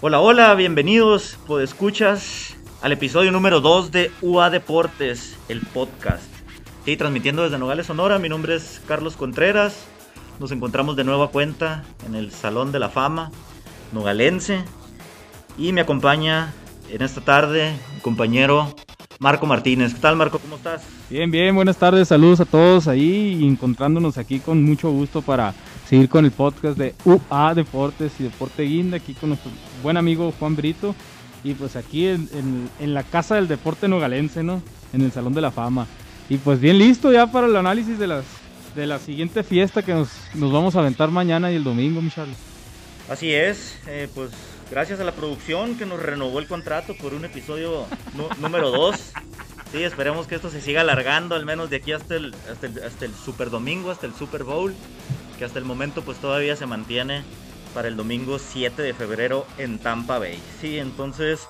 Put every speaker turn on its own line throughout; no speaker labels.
Hola, hola, bienvenidos, podescuchas, al episodio número 2 de UA Deportes, el podcast. Sí, transmitiendo desde Nogales, Sonora. Mi nombre es Carlos Contreras. Nos encontramos de nueva cuenta en el Salón de la Fama nogalense. Y me acompaña en esta tarde mi compañero Marco Martínez. ¿Qué tal, Marco? ¿Cómo estás?
Bien, buenas tardes, saludos a todos ahí, encontrándonos aquí con mucho gusto para seguir con el podcast de UA Deportes y Deporte Guinda, aquí con nuestro buen amigo Juan Brito, y pues aquí en la casa del deporte nogalense, ¿no? En el Salón de la Fama. Y pues bien listo ya para el análisis de la siguiente fiesta que nos vamos a aventar mañana y el domingo, mi Charlie.
Así es, pues gracias a la producción que nos renovó el contrato por un episodio número 2. Sí, esperemos que esto se siga alargando, al menos de aquí hasta el Super Domingo, hasta el Super Bowl, que hasta el momento pues todavía se mantiene para el domingo 7 de febrero en Tampa Bay. Sí, entonces,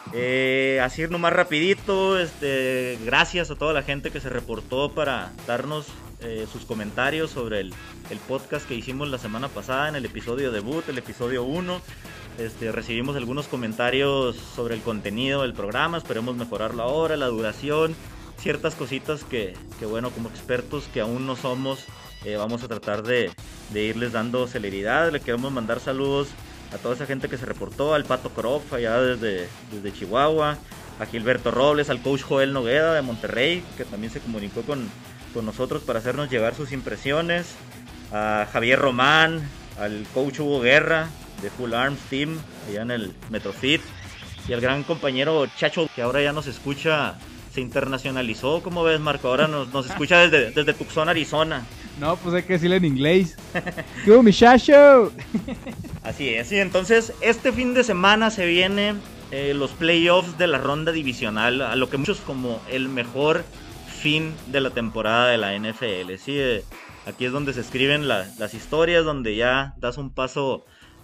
así nomás rapidito, gracias a toda la gente que se reportó para darnos sus comentarios sobre el podcast que hicimos la semana pasada en el episodio debut, el episodio 1. Recibimos algunos comentarios sobre el contenido del programa, esperemos mejorarlo ahora, la duración, ciertas cositas que bueno, como expertos que aún no somos, vamos a tratar de irles dando celeridad. Le queremos mandar saludos a toda esa gente que se reportó, al Pato Croft allá desde Chihuahua, a Gilberto Robles, al coach Joel Nogueda de Monterrey, que también se comunicó con nosotros para hacernos llegar sus impresiones, a Javier Román, al coach Hugo Guerra de Full Arms Team allá en el Metrofit, y al gran compañero Chacho, que ahora ya nos escucha, se internacionalizó. ¿Cómo ves, Marco? Ahora nos escucha desde Tucson, Arizona.
No, pues hay que decirle en inglés. ¡Go, mi Chacho!
Así es, y entonces este fin de semana se vienen los playoffs de la ronda divisional, a lo que muchos como el mejor fin de la temporada de la NFL. Sí, aquí es donde se escriben las historias, donde ya das un paso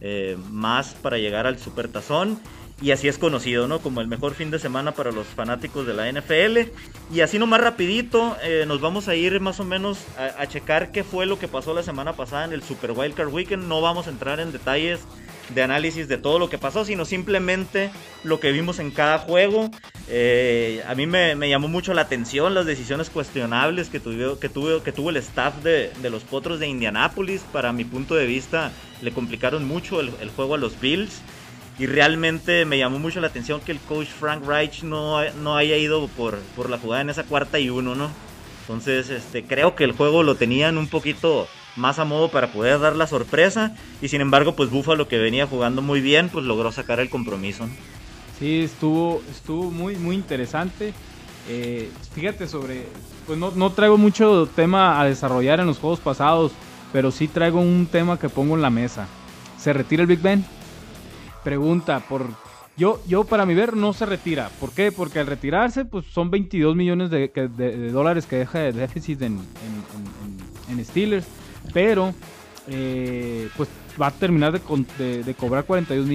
más para llegar al Supertazón, y así es conocido, ¿no? Como el mejor fin de semana para los fanáticos de la NFL. Y así nomás rapidito, nos vamos a ir más o menos a checar qué fue lo que pasó la semana pasada en el Super Wildcard Weekend. No vamos a entrar en detalles de análisis de todo lo que pasó, sino simplemente lo que vimos en cada juego. A mí me llamó mucho la atención las decisiones cuestionables que tuvo el staff de los Potros de Indianápolis. Para mi punto de vista, le complicaron mucho el juego a los Bills. Y realmente me llamó mucho la atención que el coach Frank Reich no haya ido por la jugada en esa 4ª y 1, ¿no? Entonces, creo que el juego lo tenían un poquito más a modo para poder dar la sorpresa. Y sin embargo, pues Buffalo, que venía jugando muy bien, pues logró sacar el compromiso, ¿no?
Sí, estuvo muy, muy interesante. Fíjate pues no traigo mucho tema a desarrollar en los juegos pasados, pero sí traigo un tema que pongo en la mesa. ¿Se retira el Big Ben? Pregunta, yo para mi ver no se retira. ¿Por qué? Porque al retirarse pues son 22 millones de dólares que deja de déficit en Steelers, pero pues va a terminar de cobrar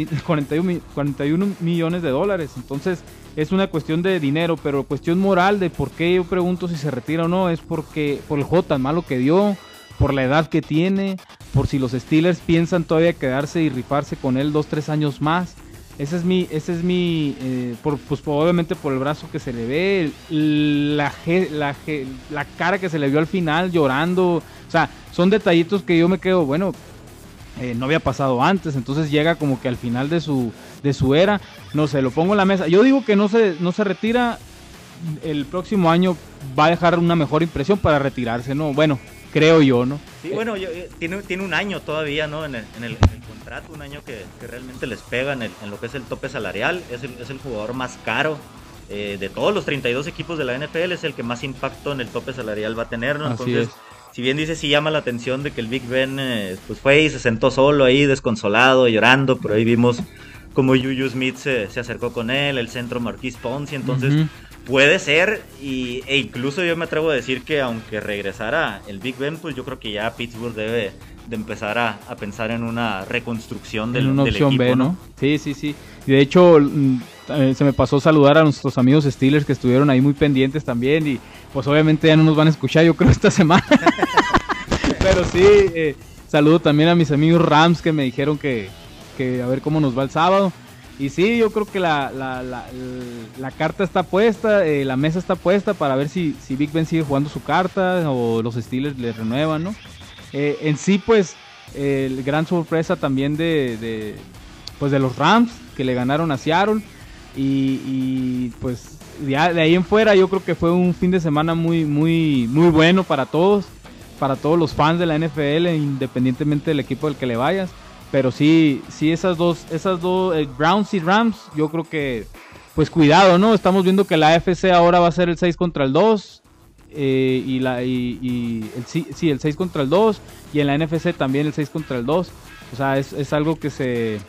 41 millones de dólares. Entonces es una cuestión de dinero, pero cuestión moral de por qué yo pregunto si se retira o no, es porque por el juego tan malo que dio, por la edad que tiene, por si los Steelers piensan todavía quedarse y rifarse con él 2-3 años más. Ese es mi pues obviamente por el brazo que se le ve, la cara que se le vio al final llorando. O sea, son detallitos que yo me quedo, bueno, no había pasado antes. Entonces llega como que al final de su era. No sé, lo pongo en la mesa. Yo digo que no se retira. El próximo año va a dejar una mejor impresión para retirarse, ¿no? Bueno, creo yo, ¿no?
Sí, bueno, tiene un año todavía, ¿no? En el contrato, un año que realmente les pega en lo que es el tope salarial. Es el jugador más caro de todos los 32 equipos de la NFL, es el que más impacto en el tope salarial va a tener, ¿no? Entonces, si bien dice, sí llama la atención de que el Big Ben pues fue y se sentó solo ahí, desconsolado, llorando, pero ahí vimos como Juju Smith se acercó con él, el centro Marquise Pouncey. Entonces puede ser, e incluso yo me atrevo a decir que aunque regresara el Big Ben, pues yo creo que ya Pittsburgh debe de empezar a pensar en una reconstrucción del
opción
equipo,
B, ¿no? Sí. Y de hecho, se me pasó saludar a nuestros amigos Steelers que estuvieron ahí muy pendientes también, y pues obviamente ya no nos van a escuchar, yo creo, esta semana. Pero sí, saludo también a mis amigos Rams que me dijeron que a ver cómo nos va el sábado. Y sí, yo creo que la carta está puesta, la mesa está puesta para ver si Big Ben sigue jugando su carta o los Steelers le renuevan, ¿no? En sí, pues, el gran sorpresa también de los Rams, que le ganaron a Seattle. Y pues, de ahí en fuera, yo creo que fue un fin de semana muy, muy, muy bueno para todos los fans de la NFL, independientemente del equipo del que le vayas. Pero sí esas dos Browns y Rams, yo creo que, pues cuidado, ¿no? Estamos viendo que la AFC ahora va a ser el 6 contra el 2, el 6 contra el 2, y en la NFC también el 6 contra el 2. O sea, es algo que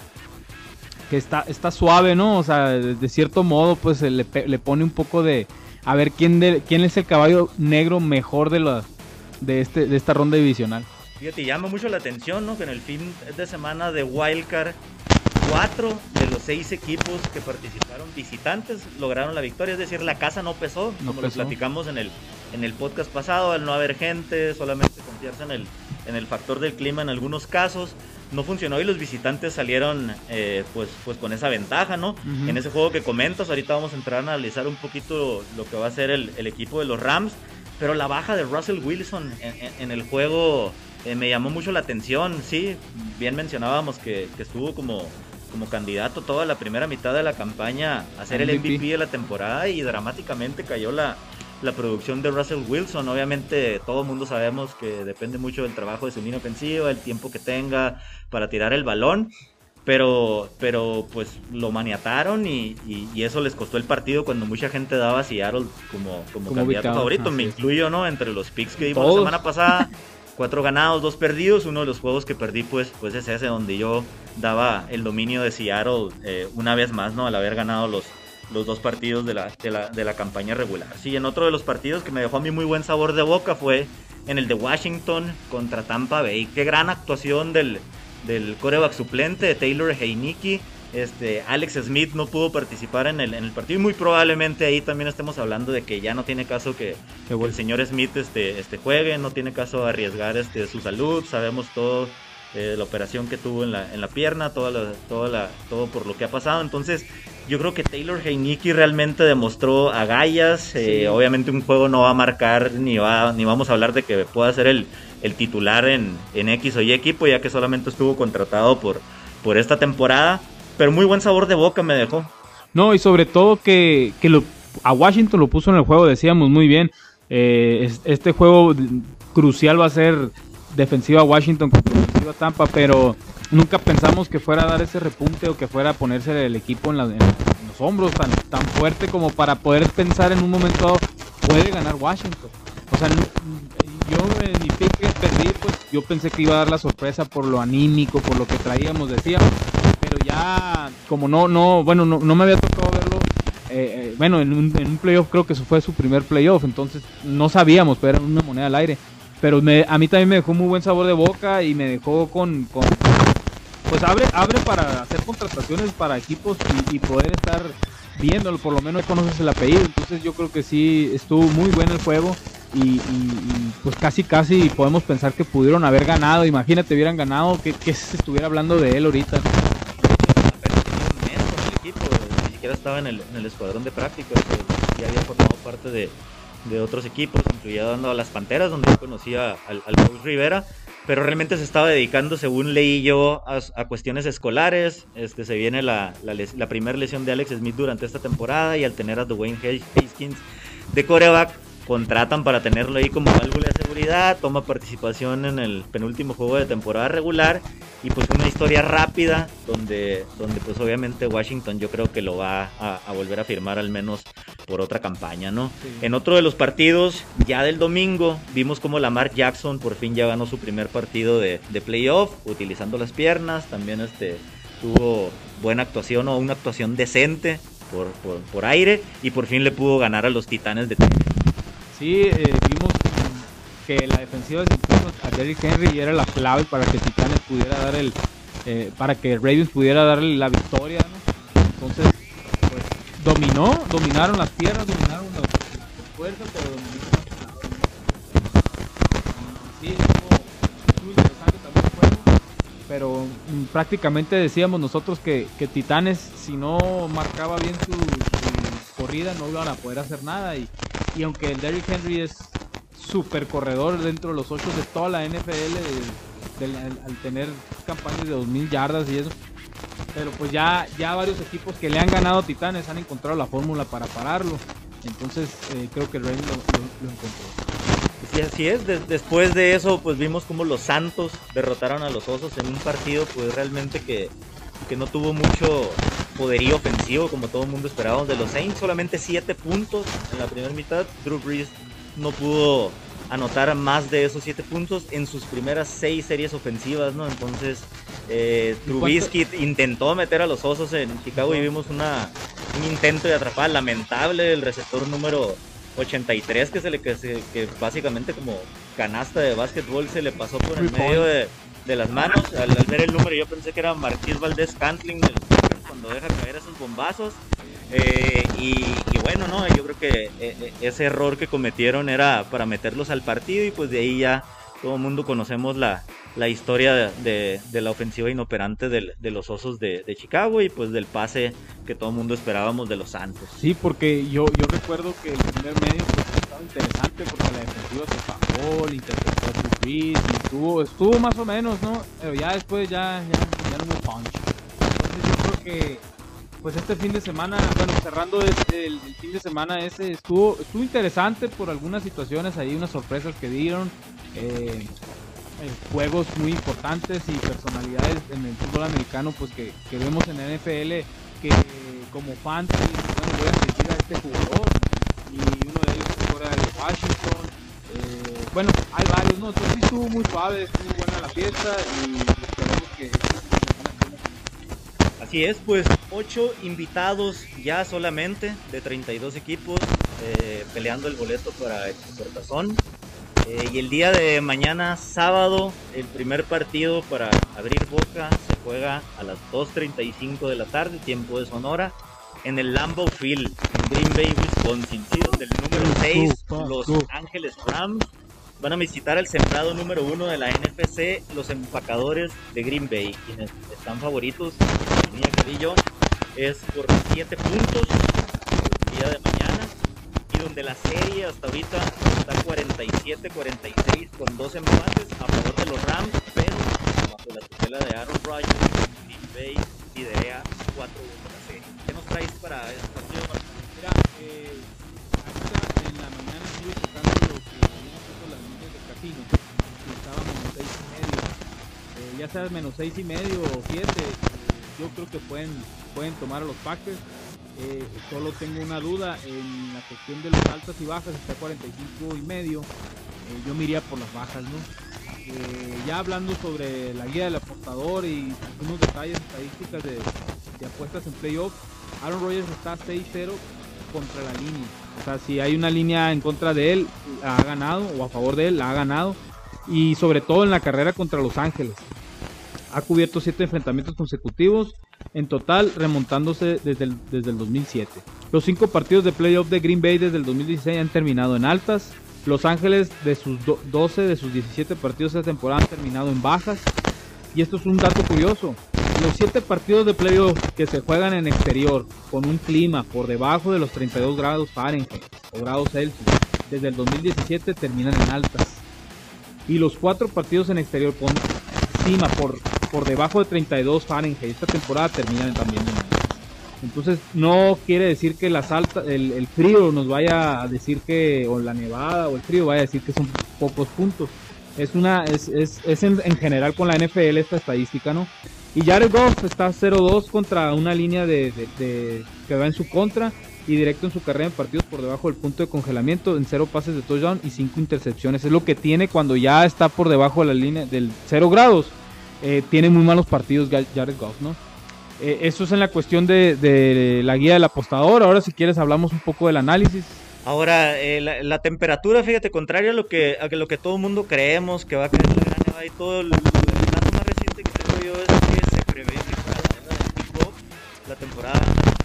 está suave, ¿no? O sea, de cierto modo, pues le pone un poco de, a ver quién es el caballo negro mejor de esta ronda divisional.
Fíjate, llama mucho la atención, ¿no? Que en el fin de semana de Wildcard, 4 de los 6 equipos que participaron visitantes lograron la victoria. Es decir, la casa no pesó, como lo platicamos en el podcast pasado, al no haber gente, solamente confiarse en el factor del clima en algunos casos. No funcionó y los visitantes salieron pues con esa ventaja, ¿no? Uh-huh. En ese juego que comentas, ahorita vamos a entrar a analizar un poquito lo que va a ser el equipo de los Rams, pero la baja de Russell Wilson en el juego me llamó mucho la atención. Sí, bien mencionábamos que estuvo como candidato toda la primera mitad de la campaña a ser el MVP de la temporada, y dramáticamente cayó la producción de Russell Wilson. Obviamente todo el mundo sabemos que depende mucho del trabajo de su línea ofensiva, el tiempo que tenga para tirar el balón, pero pues lo maniataron y eso les costó el partido cuando mucha gente daba a Seattle como candidato favorito. Me incluyo, ¿no? Entre los picks que dimos la semana pasada. 4 ganados, 2 perdidos. Uno de los juegos que perdí pues es ese, donde yo daba el dominio de Seattle una vez más, ¿no? Al haber ganado los 2 partidos de la campaña regular. Sí, en otro de los partidos que me dejó a mí muy buen sabor de boca fue en el de Washington contra Tampa Bay. Qué gran actuación del quarterback suplente de Taylor Heinicke. Alex Smith no pudo participar en el partido, y muy probablemente ahí también estemos hablando de que ya no tiene caso que el señor Smith juegue, no tiene caso arriesgar su salud. Sabemos todo, la operación que tuvo en la pierna, todo por lo que ha pasado. Entonces yo creo que Taylor Heinicke realmente demostró agallas. Sí. Obviamente un juego no va a marcar ni vamos a hablar de que pueda ser el titular en X o Y equipo, ya que solamente estuvo contratado por esta temporada. Pero muy buen sabor de boca me dejó.
No, y sobre todo que a Washington lo puso en el juego, decíamos muy bien. Este juego crucial va a ser defensiva Washington contra defensiva Tampa, pero nunca pensamos que fuera a dar ese repunte o que fuera a ponerse el equipo en los hombros tan fuerte como para poder pensar en un momento dado, puede ganar Washington. O sea, yo en mi pick que perdí, pues yo pensé que iba a dar la sorpresa por lo anímico, por lo que traíamos, decíamos. Pero ya, como no me había tocado verlo, en un playoff, creo que eso fue su primer playoff, entonces no sabíamos, pero era una moneda al aire. Pero a mí también me dejó muy buen sabor de boca y me dejó pues abre para hacer contrataciones para equipos y poder estar viéndolo, por lo menos conoces el apellido. Entonces yo creo que sí estuvo muy bueno el juego y pues casi podemos pensar que pudieron haber ganado. Imagínate, hubieran ganado, que se estuviera hablando de él ahorita.
Ni siquiera estaba en el escuadrón de prácticas, ya había formado parte de otros equipos, incluyendo a las Panteras, donde yo conocía al Coach Rivera, pero realmente se estaba dedicando, según leí yo, a cuestiones escolares. Se viene la primera lesión de Alex Smith durante esta temporada, y al tener a Dwayne Haskins de quarterback, contratan para tenerlo ahí como válvula de seguridad. Toma participación en el penúltimo juego de temporada regular, y pues una historia rápida donde pues obviamente Washington yo creo que lo va a volver a firmar, al menos por otra campaña, ¿no? Sí. En otro de los partidos ya del domingo vimos como Lamar Jackson por fin ya ganó su primer partido de playoff utilizando las piernas. También tuvo buena actuación, o una actuación decente por aire, y por fin le pudo ganar a los Titanes de Tennessee.
Sí, vimos que la defensiva de a Derrick Henry era la clave para que Titanes pudiera dar para que Ravens pudiera darle la victoria, ¿no? Entonces, pues, dominaron las piernas, dominaron las fuerzas, pero dominaron sí, estuvo interesante también el juego. pero prácticamente decíamos nosotros que Titanes, si no marcaba bien su corrida, no iban a poder hacer nada. Y aunque el Derrick Henry es súper corredor dentro de los 8 de toda la NFL, al tener campañas de 2000 yardas y eso, pero pues ya varios equipos que le han ganado a Titanes han encontrado la fórmula para pararlo. Entonces creo que Ravens lo encontró.
Sí, así es. Después de eso, pues vimos como los Santos derrotaron a los Osos en un partido, pues realmente que no tuvo mucho poderío ofensivo, como todo el mundo esperábamos de los Saints. Solamente 7 puntos en la primera mitad. Drew Brees no pudo anotar más de esos 7 puntos en sus primeras 6 series ofensivas, ¿no? Entonces, Trubisky intentó meter a los Osos en Chicago y vimos un intento de atrapada lamentable del receptor número 83 que básicamente como canasta de básquetbol se le pasó por el medio de las manos. Al ver el número yo pensé que era Marqués Valdés Scantling cuando deja caer esos bombazos. Y bueno, no, yo creo que ese error que cometieron era para meterlos al partido, y pues de ahí ya todo el mundo conocemos la historia de la ofensiva inoperante de los Osos de Chicago, y pues del pase que todo el mundo esperábamos de los Santos.
Sí, porque yo recuerdo que el primer medio pues estaba interesante porque la defensiva se bajó, le interpretó a Trubisky y estuvo más o menos, ¿no? Pero ya después ya no hubo punch. Entonces yo creo que pues este fin de semana, bueno, cerrando el fin de semana ese, estuvo interesante por algunas situaciones, ahí unas sorpresas que dieron, juegos muy importantes y personalidades en el fútbol americano, pues que vemos en la NFL, que como fans, bueno, voy a seguir a este jugador, y uno de ellos es fuera de Washington, bueno, hay varios, ¿no? Entonces sí estuvo muy suave, estuvo buena la fiesta, y esperemos que...
Así es, pues 8 invitados ya solamente de 32 equipos peleando el boleto para el Supertazón. Y el día de mañana, sábado, el primer partido para abrir boca se juega a las 2:35 de la tarde, tiempo de Sonora, en el Lambeau Field, en Green Bay, Wisconsin, ¿sí? Donde el número 6, los Ángeles Rams, van a visitar al sembrado número 1 de la NFC, los empacadores de Green Bay, quienes están favoritos, Niña Carrillo, es por 7 puntos el día de mañana, y donde la serie hasta ahorita está 47-46 con 2 empates a favor de los Rams, pero bajo la tutela de Aaron Rodgers, Green Bay lidera 4-1 la serie. ¿Qué nos traes para este partido?
Mira, ahorita en la mañana estuve checando lo que habían puesto las líneas de casino, que estaban menos 6.5, ya sea menos 6.5 o 7, yo creo que pueden tomar a los Packers. Solo tengo una duda en la cuestión de las altas y bajas, está 45.5, yo me iría por las bajas, ¿no? Ya hablando sobre la guía del apostador y algunos detalles estadísticas de apuestas en playoff, Aaron Rodgers está 6-0 contra la línea, o sea, si hay una línea en contra de él, la ha ganado, o a favor de él, la ha ganado, y sobre todo en la carrera contra Los Ángeles. Ha cubierto 7 enfrentamientos consecutivos, en total remontándose desde el 2007. Los 5 partidos de playoff de Green Bay desde el 2016 han terminado en altas. Los Ángeles, de sus 12 de sus 17 partidos de esta temporada, han terminado en bajas. Y esto es un dato curioso. Los 7 partidos de playoff que se juegan en exterior con un clima por debajo de los 32 grados Fahrenheit o grados Celsius desde el 2017 terminan en altas. Y los 4 partidos en exterior con clima por debajo de 32 Fahrenheit esta temporada terminan también en altas. Entonces no quiere decir que el frío nos vaya a decir que, o la nevada o el frío vaya a decir que son pocos puntos. Es en general con la NFL esta estadística, ¿no? Y Jared Goff está 0-2 contra una línea que va en su contra y directo en su carrera en partidos por debajo del punto de congelamiento, en 0 pases de touchdown y 5 intercepciones. Es lo que tiene cuando ya está por debajo de la línea del 0 grados. Tiene muy malos partidos Jared Goff, ¿no? Eso es en la cuestión de la guía del apostador. Ahora, si quieres, hablamos un poco del análisis.
Ahora, la temperatura, fíjate, contrario a lo que todo el mundo creemos que va a caer la gran nevada y todo, el dato más reciente que tengo yo es que se prevé que para la temporada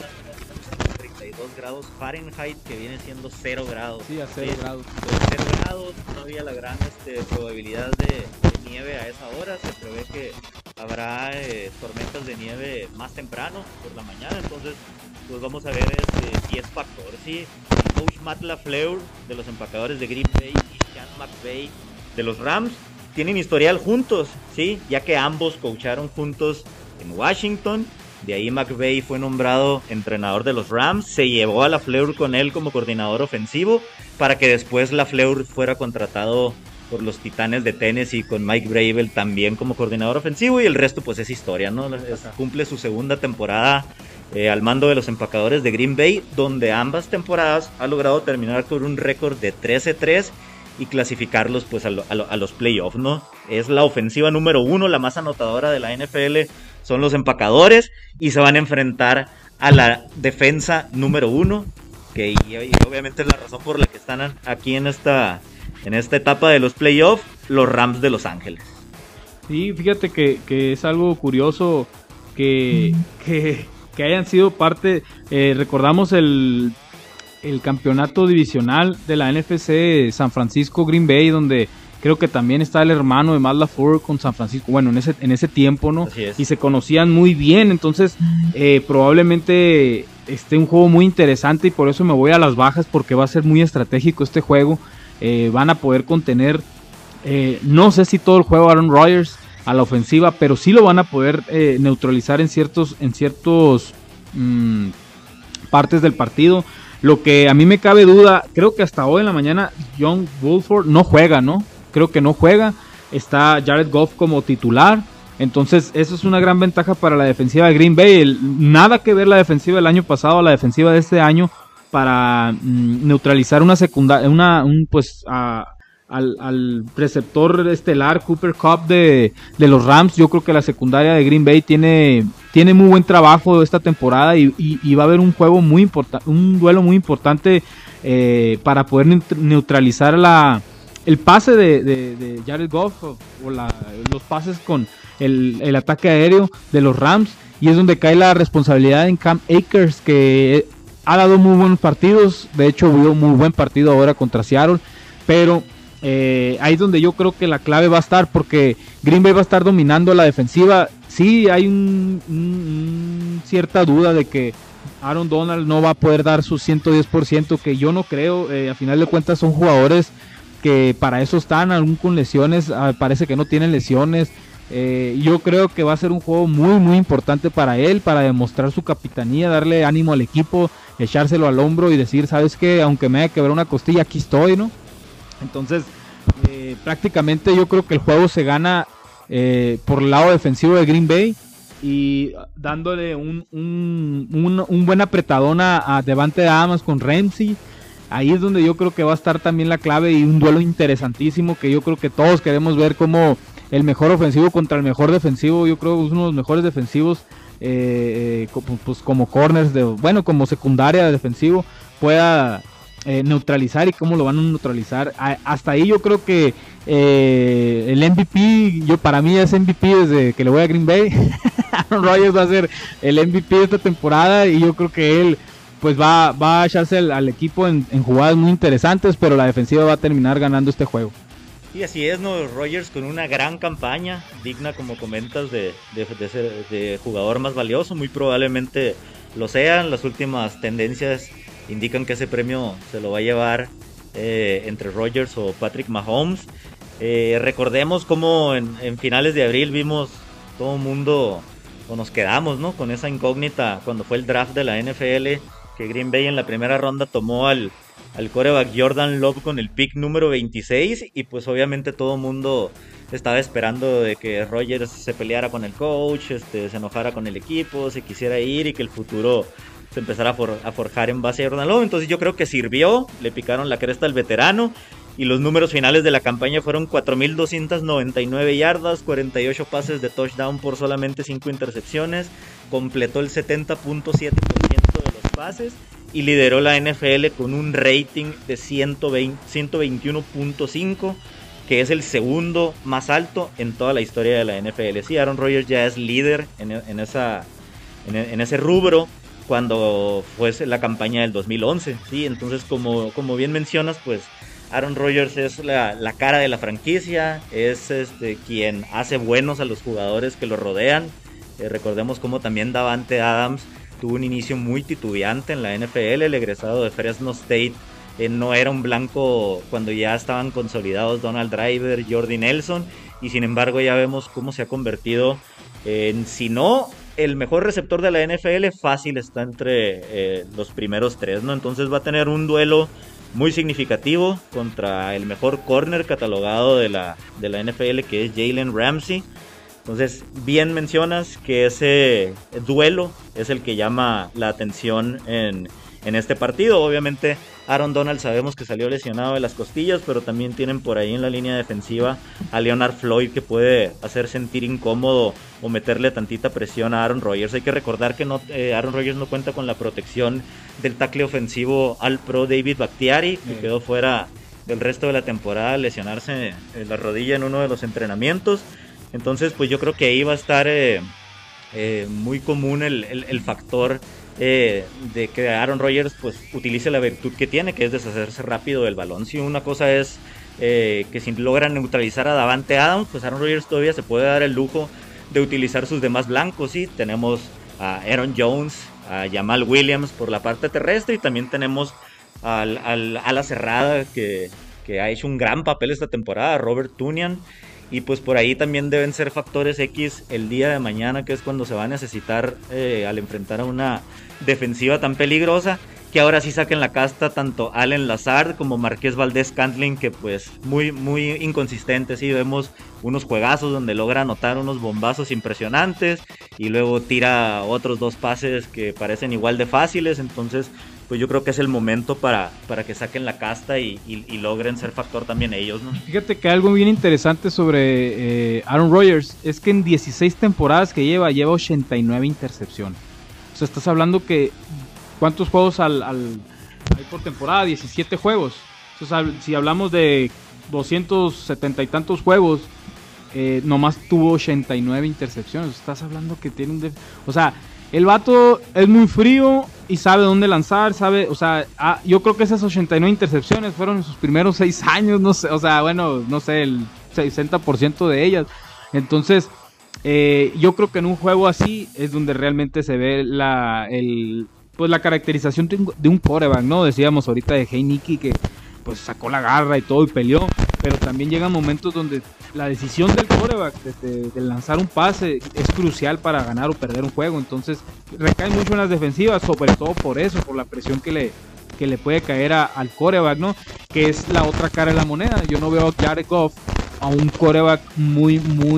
32 grados Fahrenheit, que viene siendo 0 grados.
Sí, a 0 grados.
0 grados, no había la gran probabilidad de nieve a esa hora. Se prevé que habrá tormentas de nieve más temprano por la mañana, entonces pues vamos a ver si es factor. Sí, el coach Matt LaFleur de los empacadores de Green Bay y Sean McVay de los Rams tienen historial juntos, sí, ya que ambos coacharon juntos en Washington. De ahí McVay fue nombrado entrenador de los Rams, se llevó a LaFleur con él como coordinador ofensivo para que después LaFleur fuera contratado por los Titanes de Tennessee con Mike Vrabel también como coordinador ofensivo, y el resto pues es historia, ¿no? Cumple su segunda temporada al mando de los empacadores de Green Bay, donde ambas temporadas ha logrado terminar con un récord de 13-3 y clasificarlos pues a los playoffs, ¿no? Es la ofensiva número 1, la más anotadora de la NFL, son los empacadores, y se van a enfrentar a la defensa número 1, que y obviamente es la razón por la que están aquí en esta etapa de los playoffs, los Rams de Los Ángeles.
Sí, fíjate que es algo curioso que hayan sido parte, recordamos el campeonato divisional de la NFC San Francisco Green Bay, donde creo que también está el hermano de Matt LaFleur con San Francisco, bueno, en ese tiempo, ¿no? Y se conocían muy bien, entonces probablemente esté un juego muy interesante, y por eso me voy a las bajas, porque va a ser muy estratégico este juego. Van a poder contener, no sé si todo el juego Aaron Rodgers a la ofensiva, pero sí lo van a poder neutralizar en ciertos partes del partido. Lo que a mí me cabe duda, creo que hasta hoy en la mañana John Wolford no juega, ¿no? Creo que no juega. Está Jared Goff como titular. Entonces eso es una gran ventaja para la defensiva de Green Bay. Nada que ver la defensiva del año pasado a la defensiva de este año para neutralizar una secundaria, al preceptor estelar Cooper Kupp de los Rams. Yo creo que la secundaria de Green Bay tiene muy buen trabajo esta temporada, y va a haber un juego muy importante, un duelo muy importante para poder neutralizar el pase de Jared Goff o los pases con el ataque aéreo de los Rams, y es donde cae la responsabilidad en Cam Akers, que ha dado muy buenos partidos. De hecho dio muy buen partido ahora contra Seattle, pero ahí es donde yo creo que la clave va a estar, porque Green Bay va a estar dominando la defensiva. Sí, hay cierta duda de que Aaron Donald no va a poder dar su 110%, que yo no creo. A final de cuentas son jugadores que para eso están, aún con lesiones, parece que no tienen lesiones. Yo creo que va a ser un juego muy muy importante para él, para demostrar su capitanía, darle ánimo al equipo, echárselo al hombro y decir, ¿sabes qué? Aunque me haya quebrado una costilla, aquí estoy, ¿no? Entonces, prácticamente yo creo que el juego se gana por el lado defensivo de Green Bay, y dándole un buen apretadón a Davante Adams con Ramsey. Ahí es donde yo creo que va a estar también la clave, y un duelo interesantísimo que yo creo que todos queremos ver, como el mejor ofensivo contra el mejor defensivo. Yo creo que es uno de los mejores defensivos, como corners, como secundaria de defensivo, pueda neutralizar, y cómo lo van a neutralizar. Hasta ahí yo creo que el MVP, para mí es MVP desde que le voy a Green Bay. Aaron Rodgers va a ser el MVP de esta temporada, y yo creo que él pues va a echarse al equipo en jugadas muy interesantes, pero la defensiva va a terminar ganando este juego.
Y así es, ¿no? Rodgers con una gran campaña, digna, como comentas, de jugador más valioso. Muy probablemente lo sean. Las últimas tendencias indican que ese premio se lo va a llevar entre Rodgers o Patrick Mahomes. Recordemos cómo en finales de abril vimos todo el mundo, o nos quedamos, ¿no?, con esa incógnita cuando fue el draft de la NFL, que Green Bay en la primera ronda tomó al quarterback Jordan Love con el pick número 26, y pues obviamente todo el mundo estaba esperando de que Rodgers se peleara con el coach, se enojara con el equipo, se quisiera ir, y que el futuro se empezara a forjar en base a Jordan Love. Entonces yo creo que sirvió, le picaron la cresta al veterano, y los números finales de la campaña fueron 4,299 yardas, 48 pases de touchdown por solamente 5 intercepciones, completó el 70.7% de los pases, y lideró la NFL con un rating de 121.5, que es el segundo más alto en toda la historia de la NFL. Sí, Aaron Rodgers ya es líder en ese rubro cuando fue la campaña del 2011. Sí, entonces como bien mencionas, pues Aaron Rodgers es la cara de la franquicia, es quien hace buenos a los jugadores que lo rodean. Recordemos cómo también Davante Adams tuvo un inicio muy titubeante en la NFL, el egresado de Fresno State. No era un blanco cuando ya estaban consolidados Donald Driver, Jordy Nelson, y sin embargo ya vemos cómo se ha convertido en, si no el mejor receptor de la NFL, fácil está entre los primeros 3, ¿no? Entonces va a tener un duelo muy significativo contra el mejor corner catalogado de la NFL, que es Jalen Ramsey. Entonces, bien mencionas que ese duelo es el que llama la atención en este partido. Obviamente, Aaron Donald sabemos que salió lesionado de las costillas, pero también tienen por ahí en la línea defensiva a Leonard Floyd, que puede hacer sentir incómodo o meterle tantita presión a Aaron Rodgers. Hay que recordar que Aaron Rodgers no cuenta con la protección del tackle ofensivo All Pro David Bakhtiari, que quedó fuera del resto de la temporada, lesionarse la rodilla en uno de los entrenamientos. Entonces, pues yo creo que ahí va a estar muy común el factor de que Aaron Rodgers pues utilice la virtud que tiene, que es deshacerse rápido del balón. Si una cosa es que si logran neutralizar a Davante Adams, pues Aaron Rodgers todavía se puede dar el lujo de utilizar sus demás blancos. ¿Sí? Tenemos a Aaron Jones, a Jamal Williams por la parte terrestre, y también tenemos al ala cerrada que ha hecho un gran papel esta temporada, Robert Tonyan. Y pues por ahí también deben ser factores X el día de mañana, que es cuando se va a necesitar al enfrentar a una defensiva tan peligrosa, que ahora sí saquen la casta tanto Allen Lazard como Marqués Valdez-Scantling, que pues muy inconsistentes. Sí, vemos unos juegazos donde logra anotar unos bombazos impresionantes y luego tira otros 2 pases que parecen igual de fáciles. Entonces pues yo creo que es el momento para que saquen la casta y logren ser factor también ellos, ¿no?
Fíjate que algo bien interesante sobre Aaron Rodgers es que en 16 temporadas que lleva 89 intercepciones. O sea, estás hablando que ¿cuántos juegos hay por temporada? 17 juegos. O sea, si hablamos de 270 y tantos juegos, nomás tuvo 89 intercepciones. Estás hablando que tiene o sea, el vato es muy frío y sabe dónde lanzar, o sea, yo creo que esas 89 intercepciones fueron en sus primeros 6 años, no sé, o sea, bueno, no sé, el 60% de ellas. Entonces, yo creo que en un juego así es donde realmente se ve pues la caracterización de un quarterback, ¿no? Decíamos ahorita de Heinicke que pues sacó la garra y todo y peleó, pero también llegan momentos donde la decisión del quarterback de lanzar un pase es crucial para ganar o perder un juego. Entonces recae mucho en las defensivas, sobre todo por eso, por la presión que le puede caer al quarterback, ¿no? Que es la otra cara de la moneda. Yo no veo a Jared Goff a un quarterback muy,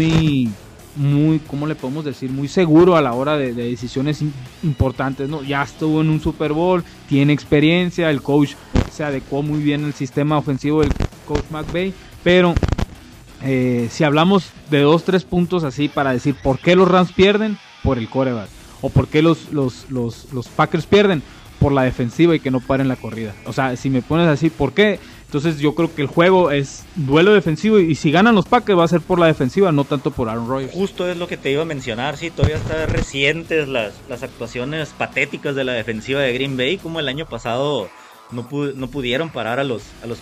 ¿cómo le podemos decir? Muy seguro a la hora de decisiones importantes, ¿no? Ya estuvo en un Super Bowl, tiene experiencia, el coach se adecuó muy bien al sistema ofensivo del coach McVay, pero si hablamos de 2-3 puntos así para decir por qué los Rams pierden, por el quarterback, o por qué los Packers pierden, por la defensiva y que no paren la corrida. O sea, si me pones así, ¿por qué? Entonces yo creo que el juego es duelo defensivo y si ganan los Packers va a ser por la defensiva, no tanto por Aaron Rodgers.
Justo es lo que te iba a mencionar, sí, todavía están recientes las actuaciones patéticas de la defensiva de Green Bay, como el año pasado no pudieron parar a los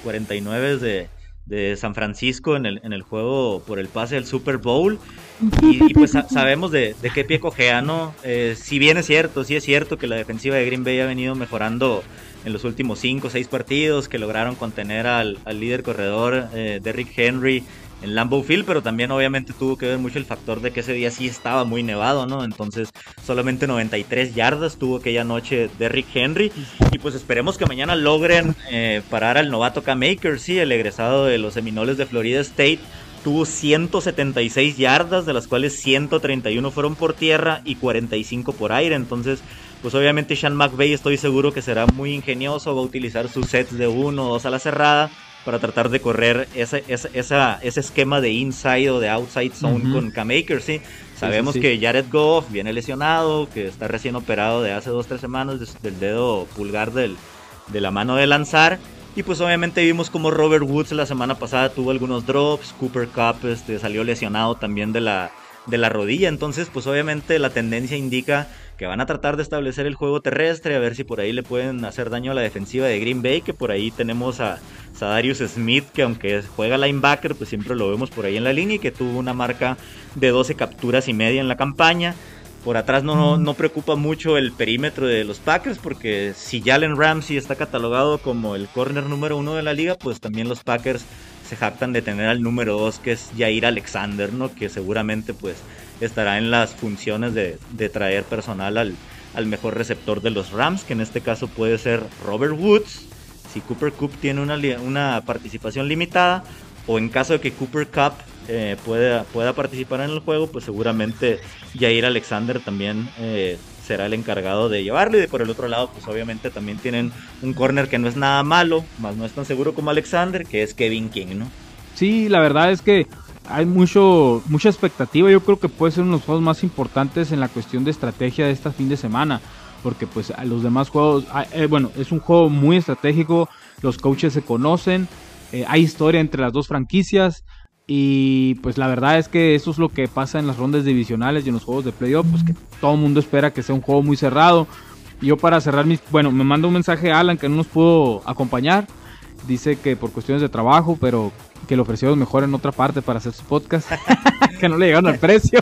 49 de San Francisco en el juego por el pase del Super Bowl. Y pues sabemos de qué pie cojea, ¿no? Si bien sí es cierto que la defensiva de Green Bay ha venido mejorando en los últimos 5 o 6 partidos, que lograron contener al líder corredor Derrick Henry en Lambeau Field, pero también obviamente tuvo que ver mucho el factor de que ese día sí estaba muy nevado, ¿no? Entonces solamente 93 yardas tuvo aquella noche Derrick Henry, y pues esperemos que mañana logren parar al novato Cam Akers, sí, el egresado de los Seminoles de Florida State. Tuvo 176 yardas, de las cuales 131 fueron por tierra y 45 por aire. Entonces, pues obviamente Sean McVay estoy seguro que será muy ingenioso, va a utilizar sus sets de 1 o 2 a la cerrada para tratar de correr ese esquema de inside o de outside zone con Cam Akers, ¿sí? Sabemos que Jared Goff viene lesionado, que está recién operado de hace 2-3 semanas del dedo pulgar de la mano de lanzar. Y pues obviamente vimos como Robert Woods la semana pasada tuvo algunos drops, Cooper Kupp salió lesionado también de la rodilla. Entonces pues obviamente la tendencia indica que van a tratar de establecer el juego terrestre, a ver si por ahí le pueden hacer daño a la defensiva de Green Bay, que por ahí tenemos a Zadarius Smith, que aunque juega linebacker, pues siempre lo vemos por ahí en la línea y que tuvo una marca de 12 capturas y media en la campaña. Por atrás no preocupa mucho el perímetro de los Packers, porque si Jalen Ramsey está catalogado como el corner número 1 de la liga, pues también los Packers se jactan de tener al número 2, que es Jair Alexander, ¿no? Que seguramente pues estará en las funciones de traer personal al mejor receptor de los Rams, que en este caso puede ser Robert Woods, si Cooper Kupp tiene una participación limitada, o en caso de que Cooper Kupp pueda participar en el juego, pues seguramente Jair Alexander también será el encargado de llevarlo. Y por el otro lado, pues obviamente también tienen un corner que no es nada malo, más no es tan seguro como Alexander, que es Kevin King, ¿no?
Sí, la verdad es que hay mucha expectativa. Yo creo que puede ser uno de los juegos más importantes en la cuestión de estrategia de este fin de semana, porque pues a los demás juegos, bueno, es un juego muy estratégico, los coaches se conocen, hay historia entre las dos franquicias, y pues la verdad es que eso es lo que pasa en las rondas divisionales y en los juegos de playoff, pues que todo el mundo espera que sea un juego muy cerrado. Y yo, para cerrar bueno, me manda un mensaje a Alan, que no nos pudo acompañar, dice que por cuestiones de trabajo, pero que le ofrecieron mejor en otra parte para hacer su podcast, que no le llegaron al precio.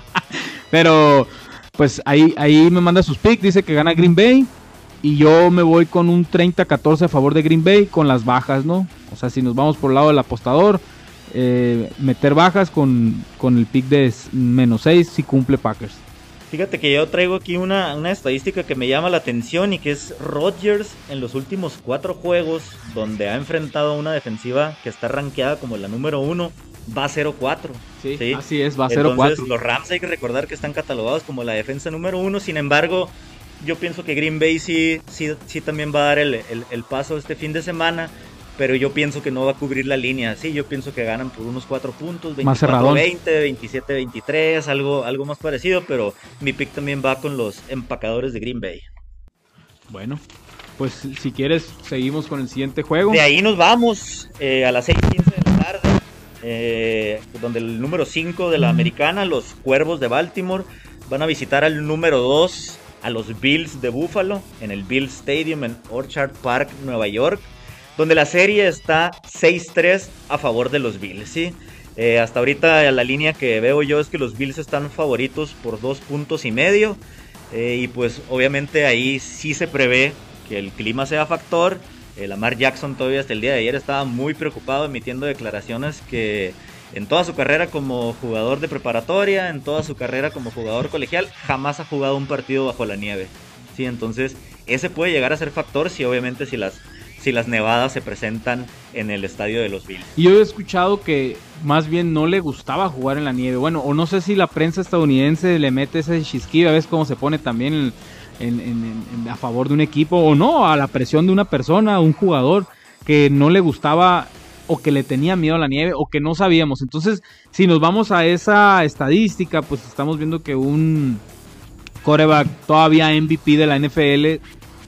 Pero pues ahí me manda sus picks, dice que gana Green Bay, y yo me voy con un 30-14 a favor de Green Bay con las bajas, ¿no? O sea, si nos vamos por el lado del apostador, meter bajas con el pick de -6 si cumple Packers.
Fíjate que yo traigo aquí una estadística que me llama la atención, y que es Rodgers en los últimos 4 juegos donde ha enfrentado a una defensiva que está rankeada como la número 1, va 0-4.
Sí, así es, va 0-4.
Entonces los Rams hay que recordar que están catalogados como la defensa número 1, sin embargo yo pienso que Green Bay sí también va a dar el paso este fin de semana, pero yo pienso que no va a cubrir la línea. Sí, yo pienso que ganan por unos 4 puntos, 24-20, 27-23, algo más parecido, pero mi pick también va con los empacadores de Green Bay.
Bueno, pues si quieres seguimos con el siguiente juego.
De ahí nos vamos a las 6:15 de la tarde, donde el número 5 de la americana, los Cuervos de Baltimore, van a visitar al número 2, a los Bills de Buffalo, en el Bills Stadium en Orchard Park, Nueva York, donde la serie está 6-3 a favor de los Bills, ¿sí? Hasta ahorita la línea que veo yo es que los Bills están favoritos por 2.5 puntos, y pues obviamente ahí sí se prevé que el clima sea factor. Lamar Jackson todavía hasta el día de ayer estaba muy preocupado, emitiendo declaraciones que en toda su carrera como jugador de preparatoria, en toda su carrera como jugador colegial, jamás ha jugado un partido bajo la nieve, ¿sí? Entonces ese puede llegar a ser factor si las nevadas se presentan en el estadio de los Bills.
Y yo he escuchado que más bien no le gustaba jugar en la nieve. Bueno, o no sé si la prensa estadounidense le mete ese chisquillo, a veces cómo se pone también a favor de un equipo, o no, a la presión de una persona, un jugador que no le gustaba o que le tenía miedo a la nieve o que no sabíamos. Entonces, si nos vamos a esa estadística, pues estamos viendo que un quarterback todavía MVP de la NFL,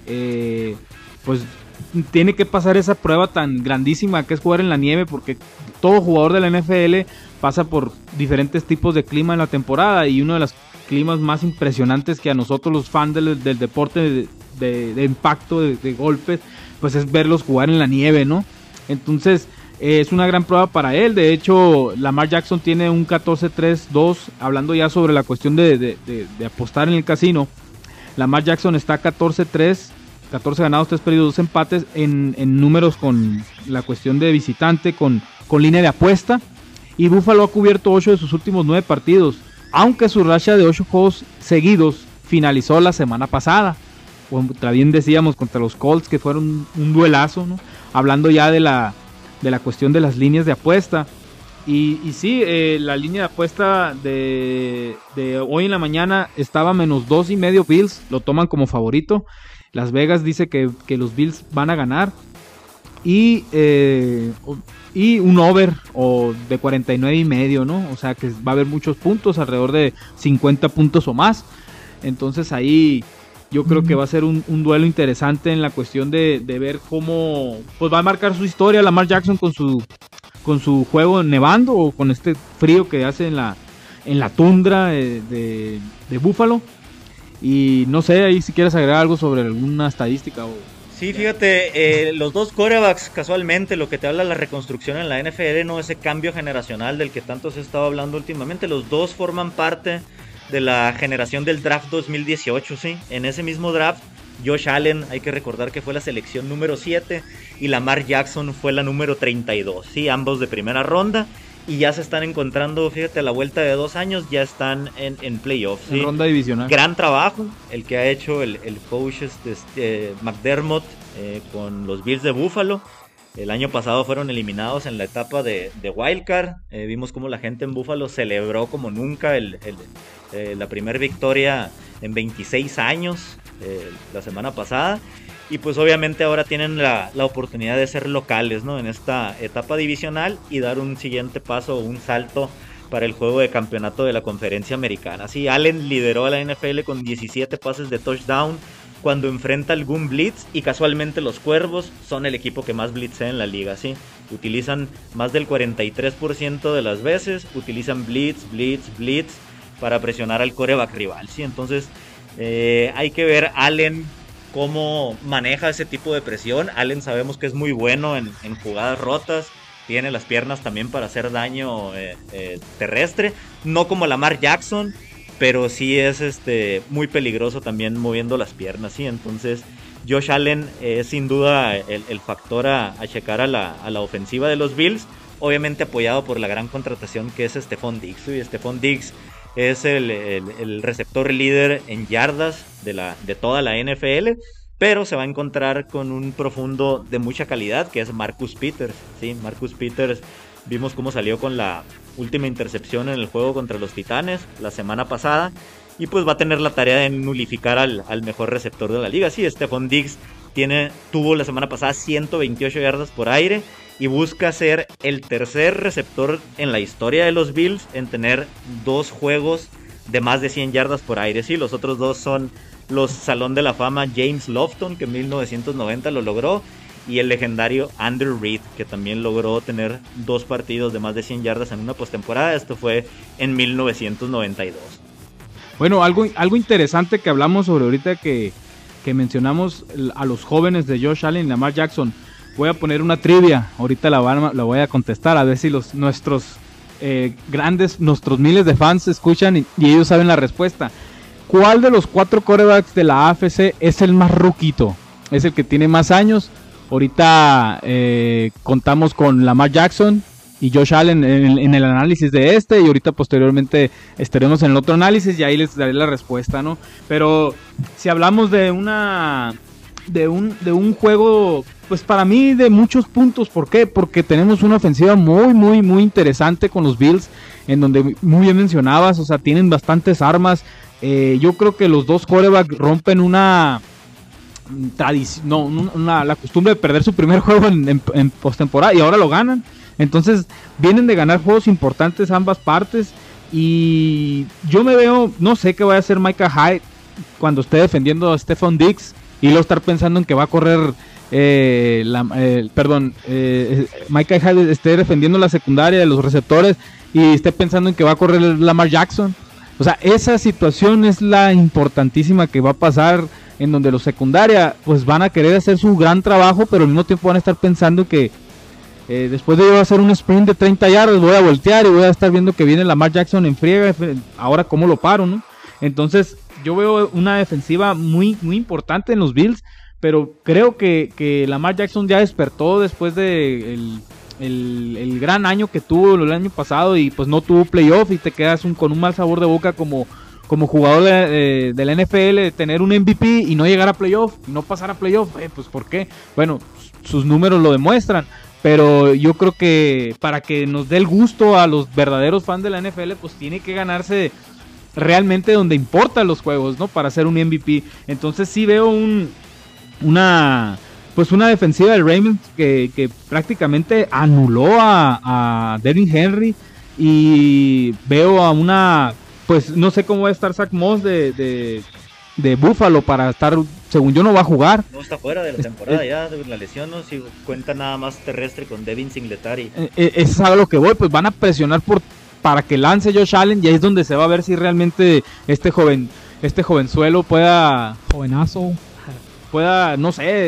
pues tiene que pasar esa prueba tan grandísima que es jugar en la nieve, porque todo jugador de la NFL pasa por diferentes tipos de clima en la temporada, y uno de los climas más impresionantes que a nosotros los fans del deporte de impacto, de golpes, pues es verlos jugar en la nieve, ¿no? Entonces es una gran prueba para él. De hecho, Lamar Jackson tiene un 14-3-2, hablando ya sobre la cuestión de apostar en el casino. Lamar Jackson está 14-3, 14 ganados, 3 perdidos, 2 empates en números con la cuestión de visitante, con línea de apuesta. Y Buffalo ha cubierto 8 de sus últimos 9 partidos, aunque su racha de 8 juegos seguidos finalizó la semana pasada. Contra, bien decíamos, contra los Colts, que fueron un duelazo, ¿no? Hablando ya de la cuestión de las líneas de apuesta. Y sí, la línea de apuesta de hoy en la mañana estaba -2.5 Bills, lo toman como favorito. Las Vegas dice que los Bills van a ganar. Y un over o de 49.5, ¿no? O sea que va a haber muchos puntos, alrededor de 50 puntos o más. Entonces ahí yo creo que va a ser un duelo interesante en la cuestión de ver cómo pues va a marcar su historia Lamar Jackson con su juego nevando, o con este frío que hace en la tundra de Buffalo. Y no sé, ahí si quieres agregar algo sobre alguna estadística o...
Sí, fíjate, los dos quarterbacks, casualmente, lo que te habla la reconstrucción en la NFL, no ese cambio generacional del que tanto se ha estado hablando últimamente, los dos forman parte de la generación del draft 2018, ¿sí? En ese mismo draft, Josh Allen, hay que recordar que fue la selección número 7 y Lamar Jackson fue la número 32, ¿sí? Ambos de primera ronda. Y ya se están encontrando, fíjate, a la vuelta de 2 años ya están en playoffs. ¿Sí?
En ronda divisional.
Gran trabajo el que ha hecho el coach McDermott con los Bills de Buffalo. El año pasado fueron eliminados en la etapa de Wildcard. Vimos cómo la gente en Buffalo celebró como nunca la primera victoria en 26 años la semana pasada. Y pues obviamente ahora tienen la oportunidad de ser locales, ¿no? En esta etapa divisional y dar un siguiente paso, un salto para el juego de campeonato de la conferencia americana. Sí, Allen lideró a la NFL con 17 pases de touchdown cuando enfrenta algún blitz y casualmente los Cuervos son el equipo que más blitzea en la liga, ¿sí? Utilizan más del 43% de las veces, utilizan blitz para presionar al quarterback rival, ¿sí? Entonces hay que ver Allen cómo maneja ese tipo de presión. Allen sabemos que es muy bueno en jugadas rotas, tiene las piernas también para hacer daño terrestre, no como Lamar Jackson, pero sí es muy peligroso también moviendo las piernas, ¿sí? Entonces Josh Allen es sin duda el factor a checar a la ofensiva de los Bills, obviamente apoyado por la gran contratación que es Stefon Diggs, ¿sí? Stefon Diggs es el receptor líder en yardas de toda la NFL, pero se va a encontrar con un profundo de mucha calidad que es Marcus Peters, ¿sí? Marcus Peters, vimos cómo salió con la última intercepción en el juego contra los Titanes la semana pasada, y pues va a tener la tarea de nulificar al mejor receptor de la liga. Sí, Stefon Diggs tuvo la semana pasada 128 yardas por aire, y busca ser el tercer receptor en la historia de los Bills en tener 2 juegos de más de 100 yardas por aire. Sí, los otros 2 son los Salón de la Fama James Lofton, que en 1990 lo logró, y el legendario Andrew Reid, que también logró tener 2 partidos de más de 100 yardas en una postemporada. Esto fue en 1992.
Bueno, algo interesante que hablamos sobre ahorita que mencionamos a los jóvenes de Josh Allen y Lamar Jackson. Voy a poner una trivia, ahorita la voy a contestar, a ver si nuestros miles de fans escuchan y ellos saben la respuesta. ¿Cuál de los 4 quarterbacks de la AFC es el más ruquito? Es el que tiene más años. Ahorita contamos con Lamar Jackson y Josh Allen en el análisis de y ahorita posteriormente estaremos en el otro análisis y ahí les daré la respuesta, ¿no? Pero si hablamos de un juego, pues para mí de muchos puntos. ¿Por qué? Porque tenemos una ofensiva muy interesante con los Bills, en donde muy bien mencionabas, o sea, tienen bastantes armas. Yo creo que los dos quarterbacks rompen la costumbre de perder su primer juego en postemporada y ahora lo ganan. Entonces vienen de ganar juegos importantes ambas partes, y yo me veo, no sé qué va a hacer Micah Hyde cuando esté defendiendo a Stefon Diggs y luego estar pensando en que va a correr Micah Hyde esté defendiendo la secundaria de los receptores y esté pensando en que va a correr Lamar Jackson. O sea, esa situación es la importantísima que va a pasar, en donde los secundaria pues van a querer hacer su gran trabajo, pero al mismo tiempo van a estar pensando que después de yo hacer un sprint de 30 yardas voy a voltear y voy a estar viendo que viene Lamar Jackson en friega, ahora cómo lo paro, ¿no? Entonces yo veo una defensiva muy importante en los Bills, pero creo que Lamar Jackson ya despertó después de el gran año que tuvo el año pasado, y pues no tuvo playoff, y te quedas con un mal sabor de boca como jugador de la NFL, de tener un MVP y no llegar a playoff, y no pasar a playoff. Pues ¿por qué? Bueno, sus números lo demuestran, pero yo creo que para que nos dé el gusto a los verdaderos fans de la NFL, pues tiene que ganarse realmente donde importan los juegos, ¿no? Para ser un MVP. Entonces sí veo una defensiva del Ravens que prácticamente anuló a Derrick Henry, y veo a pues no sé cómo va a estar Zach Moss de Buffalo para estar, según yo no va a jugar.
No, está fuera de la temporada ya, de la lesión, ¿no? Si cuenta nada más terrestre con Devin Singletary.
Es a lo que voy, pues van a presionar para que lance Josh Allen, y ahí es donde se va a ver si realmente jovenzuelo jovenazo, pueda, no sé,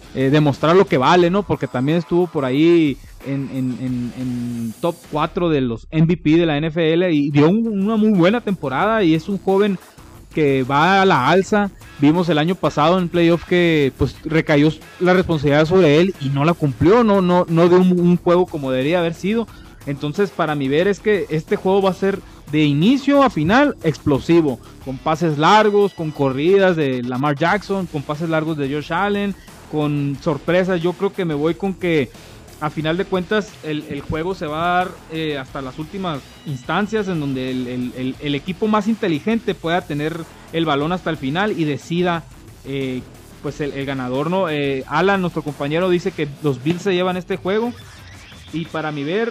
demostrar lo que vale, ¿no? Porque también estuvo por ahí en top 4 de los MVP de la NFL y dio una muy buena temporada y es un joven que va a la alza. Vimos el año pasado en playoff que pues recayó la responsabilidad sobre él y no la cumplió, no dio un juego como debería haber sido. Entonces, para mi ver es que este juego va a ser de inicio a final explosivo, con pases largos, con corridas de Lamar Jackson, con pases largos de Josh Allen, con sorpresas. Yo creo que me voy con que a final de cuentas el juego se va a dar hasta las últimas instancias, en donde el equipo más inteligente pueda tener el balón hasta el final y decida pues el ganador, ¿no? Alan, nuestro compañero, dice que los Bills se llevan este juego. Y para mi ver,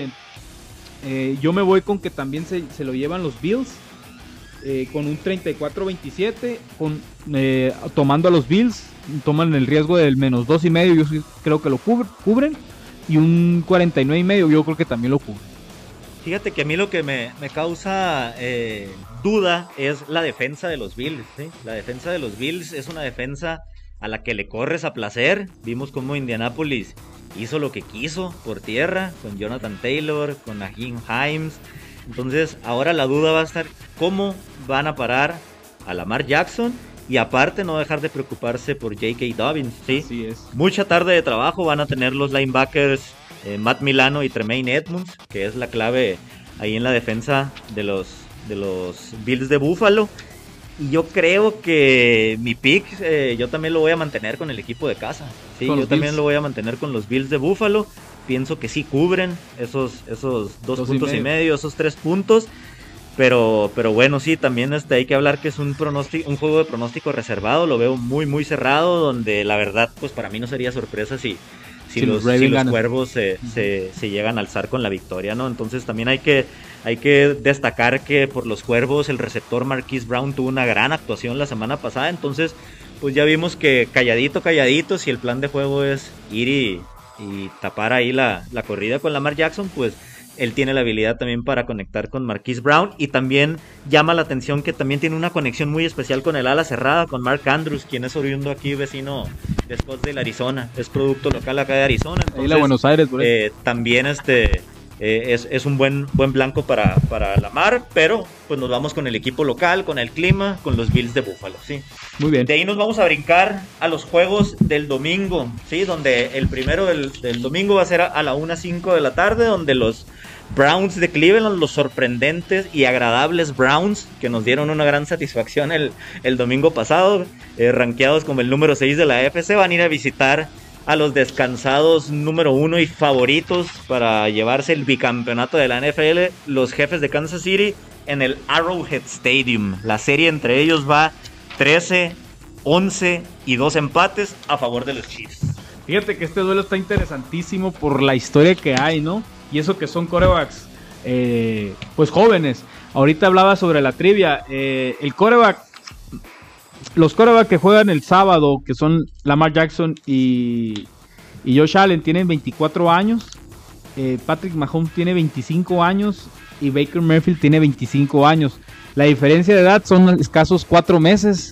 yo me voy con que también se lo llevan los Bills, con un 34-27, tomando a los Bills, toman el riesgo del menos 2.5, yo sí creo que lo cubren, y un 49.5, yo creo que también lo cubren.
Fíjate que a mí lo que me causa duda es la defensa de los Bills, ¿sí? La defensa de los Bills es una defensa a la que le corres a placer. Vimos cómo Indianapolis hizo lo que quiso por tierra, con Jonathan Taylor, con Nyheim Hines. Entonces ahora la duda va a estar cómo van a parar a Lamar Jackson, y aparte no dejar de preocuparse por J.K. Dobbins, ¿sí?
Así es.
Mucha tarde de trabajo van a tener los linebackers Matt Milano y Tremaine Edmunds, que es la clave ahí en la defensa de los Bills de Buffalo. Y yo creo que mi pick, yo también lo voy a mantener con el equipo de casa. Sí, yo también lo voy a mantener con los Bills de Buffalo. Pienso que sí cubren esos 2 puntos y medio, esos 3 puntos. Pero bueno, sí, también hay que hablar que es un juego de pronóstico reservado. Lo veo muy, muy cerrado, donde la verdad, pues para mí no sería sorpresa si los Cuervos se llegan a alzar con la victoria, ¿no? Entonces también hay que destacar que por los Cuervos el receptor Marquise Brown tuvo una gran actuación la semana pasada. Entonces pues ya vimos que calladito, si el plan de juego es ir y tapar ahí la corrida con Lamar Jackson, pues él tiene la habilidad también para conectar con Marquise Brown. Y también llama la atención que también tiene una conexión muy especial con el ala cerrada, con Mark Andrews, quien es oriundo aquí, vecino de Scottsdale, Arizona. Es producto local acá de Arizona. Entonces,
ahí la Buenos Aires, por ahí.
También es un buen blanco para Lamar, pero pues nos vamos con el equipo local, con el clima, con los Bills de Buffalo, ¿sí?
Muy bien.
De ahí nos vamos a brincar a los juegos del domingo, ¿sí? Donde el primero del domingo va a ser a la 1:05 de la tarde, donde los Browns de Cleveland, los sorprendentes y agradables Browns, que nos dieron una gran satisfacción el domingo pasado, rankeados como el número 6 de la AFC, van a ir a visitar a los descansados número 1 y favoritos para llevarse el bicampeonato de la NFL, los Jefes de Kansas City, en el Arrowhead Stadium. La serie entre ellos va 13, 11 y 2 empates a favor de los Chiefs.
Fíjate que este duelo está interesantísimo por la historia que hay, ¿no? Y eso que son quarterbacks pues jóvenes. Ahorita hablaba sobre la trivia. Los quarterbacks que juegan el sábado, que son Lamar Jackson y Josh Allen, tienen 24 años. Patrick Mahomes tiene 25 años y Baker Mayfield tiene 25 años. La diferencia de edad son escasos 4 meses,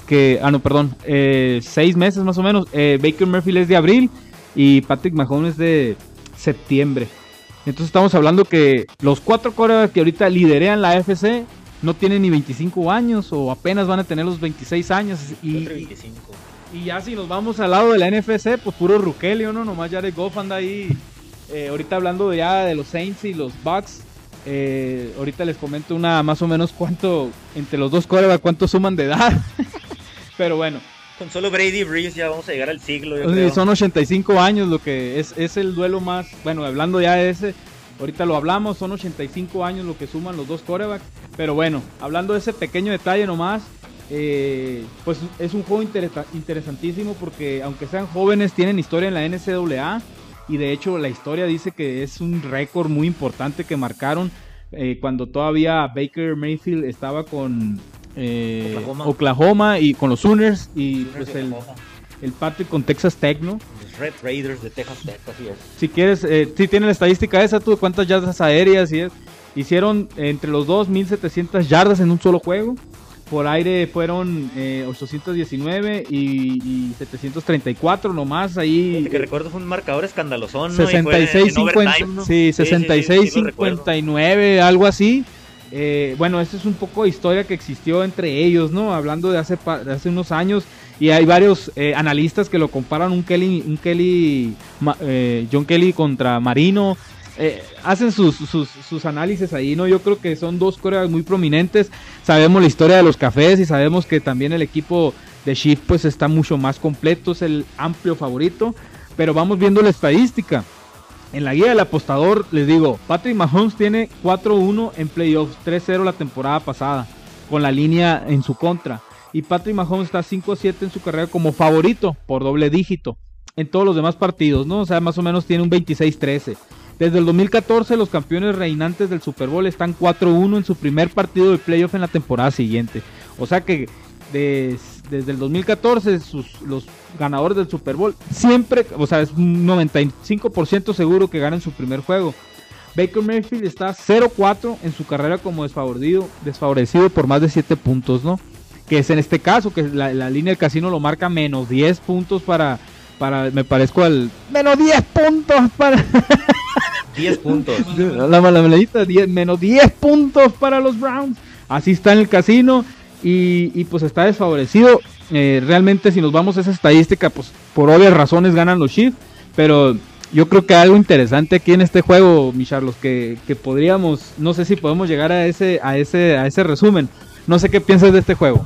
6 meses más o menos. Baker Mayfield es de abril y Patrick Mahomes es de septiembre. Entonces estamos hablando que los 4 quarterbacks que ahorita liderean la AFC no tienen ni 25 años o apenas van a tener los 26 años. Y ya si nos vamos al lado de la NFC, pues puro Rukelio, ¿no? Nomás Jared Goff anda ahí. Ahorita hablando ya de los Saints y los Bucks. Ahorita les comento más o menos cuánto, entre los dos quarterbacks, cuánto suman de edad. Pero bueno.
Con solo Brady y Brees ya vamos a llegar al siglo, yo
creo. Son 85 años lo que es el duelo más... Bueno, hablando ya de ese, ahorita lo hablamos, son 85 años lo que suman los dos quarterbacks. Pero bueno, hablando de ese pequeño detalle nomás, pues es un juego interesantísimo porque aunque sean jóvenes, tienen historia en la NCAA. Y de hecho la historia dice que es un récord muy importante que marcaron cuando todavía Baker Mayfield estaba con... Oklahoma y con los Sooners y pues el Patrick con Texas Tech, ¿no?
Los Red Raiders de Texas Tech, así es.
Si quieres, si tiene la estadística esa, tú cuántas yardas aéreas hicieron entre los dos 1700 yardas en un solo juego. por aire fueron 819 y 734 nomás ahí.
Que recuerdo fue un marcador escandalosón, ¿no?
66-50, ¿no? Sí, 66-59, algo así. Bueno, esto es un poco de historia que existió entre ellos, ¿no? Hablando de hace unos años, y hay varios analistas que lo comparan, John Kelly contra Marino. Hacen sus análisis ahí, ¿no? Yo creo que son dos corebacks muy prominentes. Sabemos la historia de los Cafés y sabemos que también el equipo de Chiefs pues está mucho más completo, es el amplio favorito. Pero vamos viendo la estadística. En la guía del apostador, les digo, Patrick Mahomes tiene 4-1 en playoffs, 3-0 la temporada pasada, con la línea en su contra. Y Patrick Mahomes está 5-7 en su carrera como favorito, por doble dígito, en todos los demás partidos, ¿no? O sea, más o menos tiene un 26-13. Desde el 2014 los campeones reinantes del Super Bowl están 4-1 en su primer partido de playoff en la temporada siguiente. O sea que desde el 2014 los ganadores del Super Bowl siempre, o sea, es un 95% seguro que ganan su primer juego. Baker Mayfield está 0-4 en su carrera como desfavorecido por más de 7 puntos, ¿no? Que es en este caso, que la línea del casino lo marca menos 10 puntos para me parezco al menos 10 puntos para
10 puntos.
La maladita, menos 10 puntos para los Browns. Así está en el casino y pues está desfavorecido. Realmente si nos vamos a esa estadística, pues por obvias razones ganan los Chiefs, pero yo creo que hay algo interesante aquí en este juego, mi Charlos, que podríamos, no sé si podemos llegar a ese resumen. No sé qué piensas de este juego.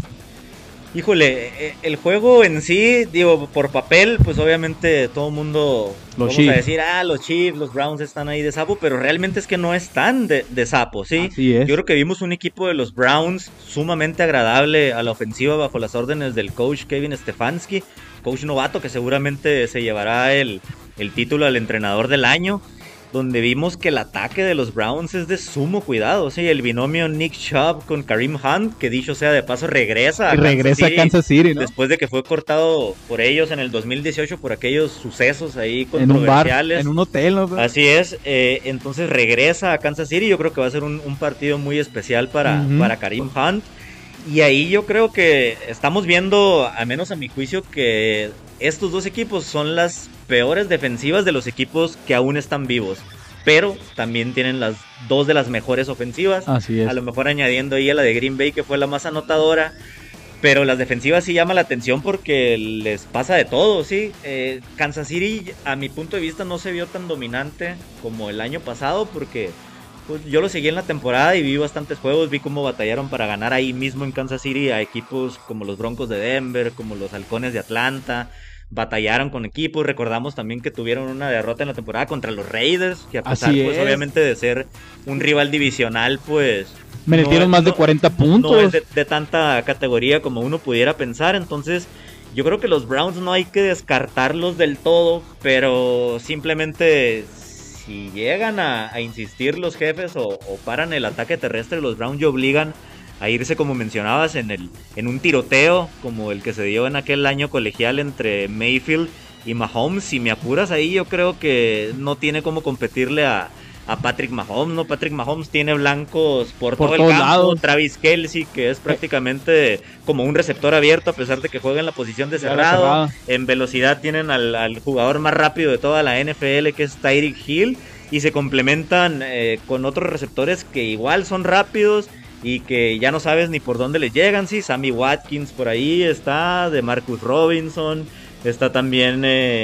Híjole, el juego en sí, digo, por papel, pues obviamente todo el mundo vamos a decir, los Chiefs, los Browns están ahí de sapo, pero realmente es que no están de sapo, ¿sí?
Así es.
Yo creo que vimos un equipo de los Browns sumamente agradable a la ofensiva bajo las órdenes del coach Kevin Stefanski, coach novato que seguramente se llevará el título al entrenador del año, donde vimos que el ataque de los Browns es de sumo cuidado, ¿sí? El binomio Nick Chubb con Kareem Hunt, que dicho sea de paso regresa
a Kansas City, ¿no?
Después de que fue cortado por ellos en el 2018 por aquellos sucesos ahí controversiales.
En un hotel, ¿no?
Así es, entonces regresa a Kansas City. Yo creo que va a ser un partido muy especial para Kareem Hunt. Y ahí yo creo que estamos viendo, al menos a mi juicio, que estos dos equipos son las peores defensivas de los equipos que aún están vivos. Pero también tienen las dos de las mejores ofensivas.
Así es.
A lo mejor añadiendo ahí a la de Green Bay, que fue la más anotadora. Pero las defensivas sí llaman la atención porque les pasa de todo, ¿sí? Kansas City, a mi punto de vista, no se vio tan dominante como el año pasado porque... Pues yo lo seguí en la temporada y vi bastantes juegos, vi cómo batallaron para ganar ahí mismo en Kansas City a equipos como los Broncos de Denver, como los Halcones de Atlanta, batallaron con equipos, recordamos también que tuvieron una derrota en la temporada contra los Raiders, que a pesar pues obviamente de ser un rival divisional, pues...
Metieron más de 40 puntos.
No es de tanta categoría como uno pudiera pensar, entonces... Yo creo que los Browns no hay que descartarlos del todo, pero simplemente... Si llegan a insistir los jefes o paran el ataque terrestre, los Browns ya obligan a irse, como mencionabas, en un tiroteo como el que se dio en aquel año colegial entre Mayfield y Mahomes. Si me apuras ahí, yo creo que no tiene cómo competirle a Patrick Mahomes, ¿no? Patrick Mahomes tiene blancos por todo el campo.
Lados.
Travis Kelce, que es prácticamente como un receptor abierto, a pesar de que juega en la posición de cerrado. En velocidad tienen al jugador más rápido de toda la NFL, que es Tyreek Hill, y se complementan con otros receptores que igual son rápidos y que ya no sabes ni por dónde les llegan, sí. Sammy Watkins por ahí está, de Marcus Robinson, está también...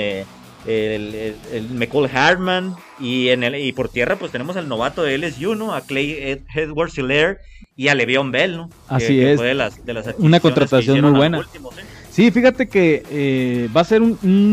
el McCall Hartman y por tierra pues tenemos al novato de LSU, ¿no? A Clay Edwards-Helaire y a Le'Veon Bell, ¿no?
Así
que
es.
Fue de las
una contratación muy buena.
Últimos, ¿eh?
Sí, fíjate que va a ser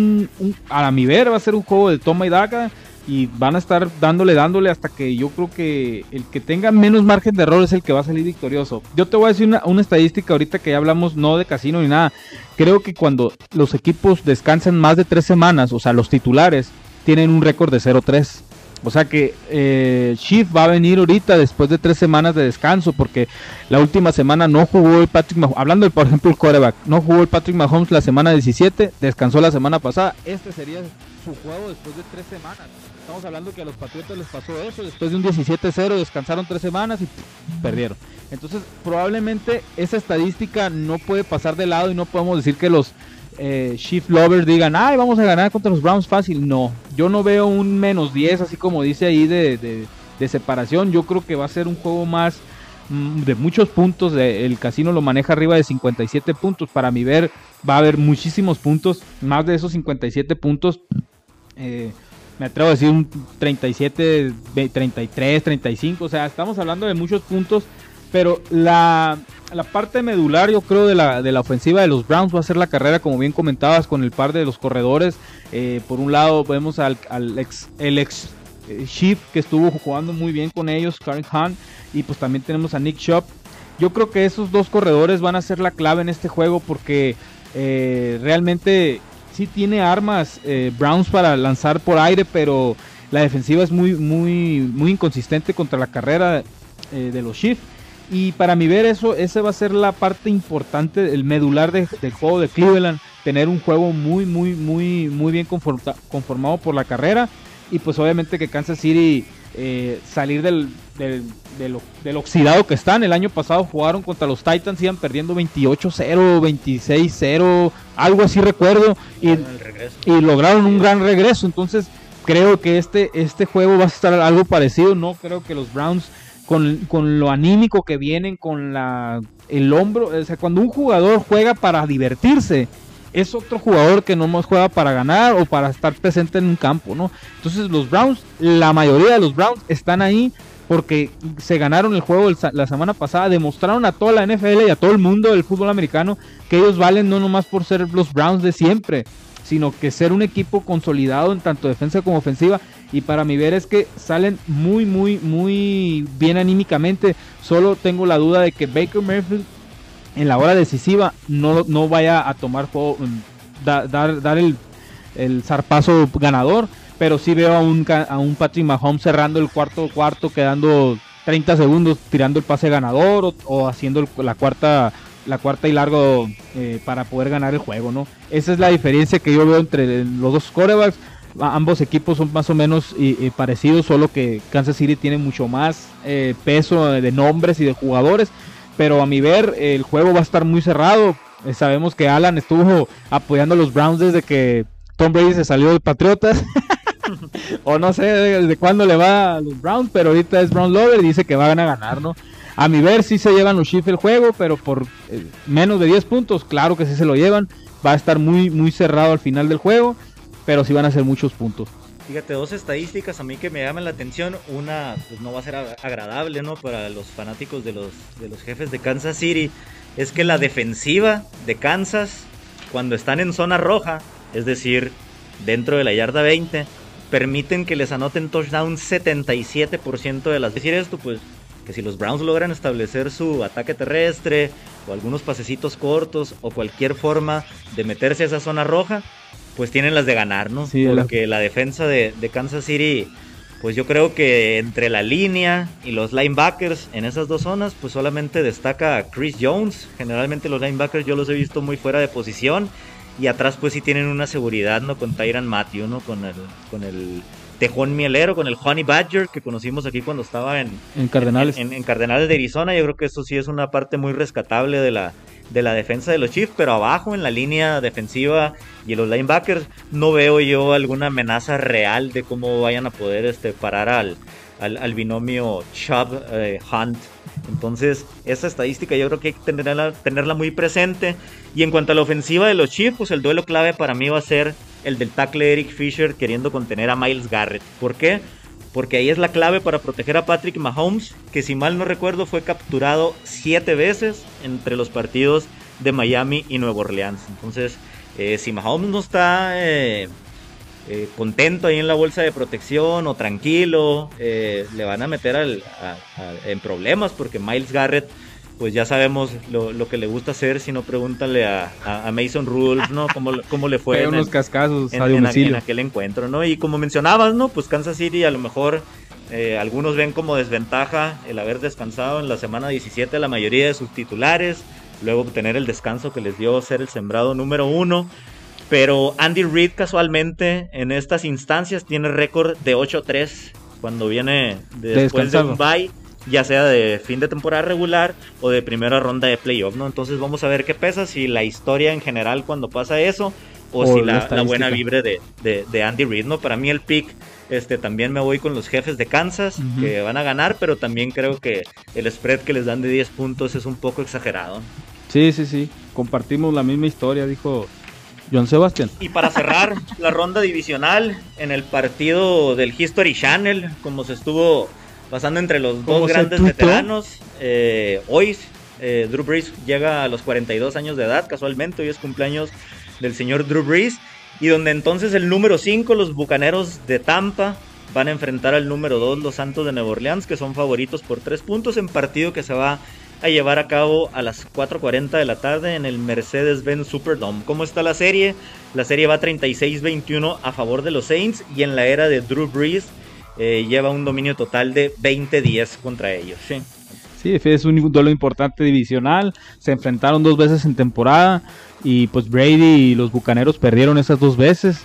a mi ver va a ser un juego de toma y daca y van a estar dándole hasta que yo creo que el que tenga menos margen de error es el que va a salir victorioso. Yo te voy a decir una estadística ahorita que ya hablamos, no de casino ni nada. Creo que cuando los equipos descansan más de 3 semanas, o sea, los titulares tienen un récord de 0-3. O sea que Chiefs va a venir ahorita después de 3 semanas de descanso, porque la última semana no jugó el Patrick Mahomes, hablando de, por ejemplo, el quarterback, no jugó el Patrick Mahomes la semana 17, descansó la semana pasada. Este sería su juego después de 3 semanas. Estamos hablando que a los Patriotas les pasó eso, después de un 17-0 descansaron 3 semanas y perdieron. Entonces, probablemente esa estadística no puede pasar de lado y no podemos decir que los Shift Lovers digan, ay, vamos a ganar contra los Browns fácil. No, yo no veo un -10, así como dice ahí de separación. Yo creo que va a ser un juego más de muchos puntos. El casino lo maneja arriba de 57 puntos. Para mi ver, va a haber muchísimos puntos. Más de esos 57 puntos, me atrevo a decir un 37, 33, 35. O sea, estamos hablando de muchos puntos. Pero la parte medular, yo creo, de la ofensiva de los Browns va a ser la carrera, como bien comentabas, con el par de los corredores. Por un lado vemos al ex Chief, que estuvo jugando muy bien con ellos, Karen Hunt, y pues también tenemos a Nick Chubb. Yo creo que esos dos corredores van a ser la clave en este juego, porque realmente sí tiene armas Browns para lanzar por aire, pero la defensiva es muy inconsistente contra la carrera de los Chiefs. Y para mi ver esa va a ser la parte importante, el medular del juego de Cleveland, tener un juego muy bien conformado por la carrera, y pues obviamente que Kansas City salir del oxidado que están. El año pasado jugaron contra los Titans, iban perdiendo 28-0, 26-0, algo así recuerdo, y lograron un gran regreso. Entonces creo que este juego va a estar algo parecido. No creo que los Browns, con lo anímico que vienen, con el hombro, o sea, cuando un jugador juega para divertirse, es otro jugador que no más juega para ganar o para estar presente en un campo, ¿no? Entonces los Browns, la mayoría de los Browns están ahí porque se ganaron el juego la semana pasada, demostraron a toda la NFL y a todo el mundo del fútbol americano que ellos valen no nomás por ser los Browns de siempre, sino que ser un equipo consolidado en tanto defensa como ofensiva. Y para mi ver es que salen muy bien anímicamente. Solo tengo la duda de que Baker Mayfield en la hora decisiva no vaya a tomar juego, dar el zarpazo ganador. Pero sí veo a un Patrick Mahomes cerrando el cuarto, quedando 30 segundos, tirando el pase ganador o haciendo la cuarta y largo para poder ganar el juego, ¿no? Esa es la diferencia que yo veo entre los dos quarterbacks. Ambos equipos son más o menos parecidos, solo que Kansas City tiene mucho más peso de nombres y de jugadores, pero a mi ver el juego va a estar muy cerrado. Sabemos que Alan estuvo apoyando a los Browns desde que Tom Brady se salió de Patriotas o no sé desde cuándo le va a los Browns, pero ahorita es Brown Lover y dice que van a ganar, ¿no? A mi ver sí se llevan los Chiefs el juego, pero por menos de 10 puntos, claro que sí se lo llevan. Va a estar muy cerrado al final del juego, pero sí van a ser muchos puntos.
Fíjate, dos estadísticas a mí que me llaman la atención. Una, pues no va a ser agradable, ¿no? Para los fanáticos de los Jefes de Kansas City. Es que la defensiva de Kansas, cuando están en zona roja, es decir, dentro de la yarda 20, permiten que les anoten touchdown 77% de las. Decir esto, pues, que si los Browns logran establecer su ataque terrestre, o algunos pasecitos cortos, o cualquier forma de meterse a esa zona roja, pues tienen las de ganar, ¿no? Sí, porque la defensa de Kansas City, pues yo creo que entre la línea y los linebackers en esas dos zonas, pues solamente destaca Chris Jones. Generalmente los linebackers yo los he visto muy fuera de posición, y atrás pues sí tienen una seguridad, ¿no? Con Tyrann Mathieu, ¿no? Con el tejón mielero, con el Honey Badger que conocimos aquí cuando estaba en
Cardenales.
En Cardenales de Arizona. Yo creo que eso sí es una parte muy rescatable de la defensa de los Chiefs, pero abajo en la línea defensiva y en los linebackers no veo yo alguna amenaza real de cómo vayan a poder parar al binomio Chubb-Hunt. Entonces esa estadística yo creo que hay que tenerla muy presente. Y en cuanto a la ofensiva de los Chiefs, pues el duelo clave para mí va a ser el del tackle Eric Fisher queriendo contener a Myles Garrett. ¿Por qué? Porque ahí es la clave para proteger a Patrick Mahomes, que si mal no recuerdo fue capturado 7 veces entre los partidos de Miami y Nueva Orleans. Entonces, si Mahomes no está contento ahí en la bolsa de protección o tranquilo, le van a meter en problemas, porque Myles Garrett, pues ya sabemos lo que le gusta hacer. Si no, pregúntale a Mason Rudolph, ¿no? Cómo le fue
unos cascazos a domicilio
en aquel encuentro, ¿no? Y como mencionabas, ¿no? Pues Kansas City a lo mejor algunos ven como desventaja el haber descansado en la semana 17 a la mayoría de sus titulares, luego tener el descanso que les dio ser el sembrado número 1. Pero Andy Reid casualmente en estas instancias tiene récord de 8-3 cuando viene después de un bye. ya sea de fin de temporada regular o de primera ronda de playoff, ¿no? Entonces vamos a ver qué pesa, si la historia en general cuando pasa eso, o si la buena vibra de Andy Reid, ¿no? Para mí el pick, también me voy con los Jefes de Kansas, que van a ganar, pero también creo que el spread que les dan de 10 puntos es un poco exagerado.
Sí, compartimos la misma historia, dijo John Sebastian.
Y para cerrar la ronda divisional, en el partido del History Channel, como se estuvo pasando entre los dos grandes veteranos, hoy Drew Brees llega a los 42 años de edad, casualmente, hoy es cumpleaños del señor Drew Brees, y donde entonces el número 5, los Bucaneros de Tampa, van a enfrentar al número 2, los Santos de Nueva Orleans, que son favoritos por 3 puntos en partido que se va a llevar a cabo a las 4:40 de la tarde en el Mercedes-Benz Superdome. ¿Cómo está la serie? La serie va 36-21 a favor de los Saints, y en la era de Drew Brees lleva un dominio total de 20-10 contra ellos.
Sí, es un duelo importante divisional, se enfrentaron 2 veces en temporada, y pues Brady y los Bucaneros perdieron esas 2 veces,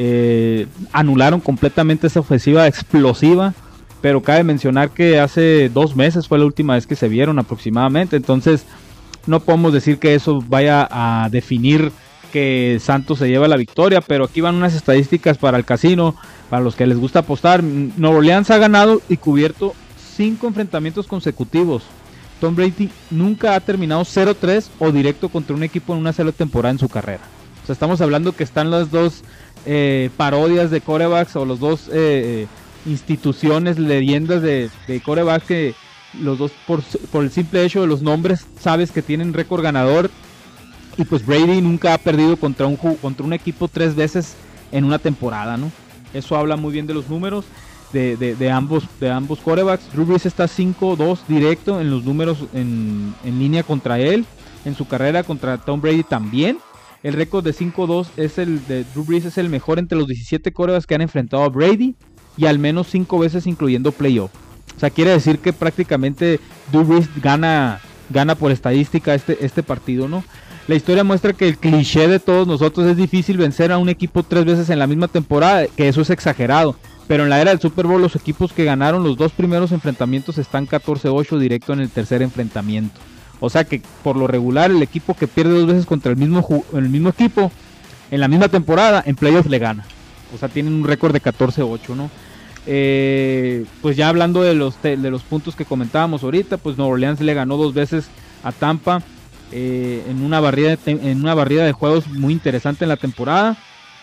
anularon completamente esa ofensiva explosiva, pero cabe mencionar que hace 2 meses fue la última vez que se vieron aproximadamente, entonces no podemos decir que eso vaya a definir que Santos se lleva la victoria, pero aquí van unas estadísticas para el casino, para los que les gusta apostar. Nueva Orleans ha ganado y cubierto 5 enfrentamientos consecutivos. Tom Brady nunca ha terminado 0-3 o directo contra un equipo en una sola temporada en su carrera. O sea, estamos hablando que están las dos parodias de quarterbacks, o los dos instituciones, leyendas de quarterbacks, que los dos por el simple hecho de los nombres sabes que tienen récord ganador. Y pues Brady nunca ha perdido contra un equipo 3 veces en una temporada, ¿no? Eso habla muy bien de los números de ambos quarterbacks. Drew Brees está 5-2 directo en los números en línea contra él. En su carrera contra Tom Brady también. El récord de 5-2 es el de Drew Brees, es el mejor entre los 17 quarterbacks que han enfrentado a Brady, y al menos 5 veces incluyendo playoff. O sea, quiere decir que prácticamente Drew Brees gana por estadística este partido, ¿no? La historia muestra que el cliché de todos nosotros es difícil vencer a un equipo 3 veces en la misma temporada, que eso es exagerado. Pero en la era del Super Bowl, los equipos que ganaron los 2 primeros enfrentamientos están 14-8 directo en el tercer enfrentamiento. O sea que por lo regular el equipo que pierde 2 veces contra el mismo equipo en la misma temporada, en playoffs le gana. O sea, tienen un récord de 14-8, ¿no? Pues ya hablando de los puntos que comentábamos ahorita, pues Nueva Orleans le ganó 2 veces a Tampa en una barrida de juegos muy interesante en la temporada.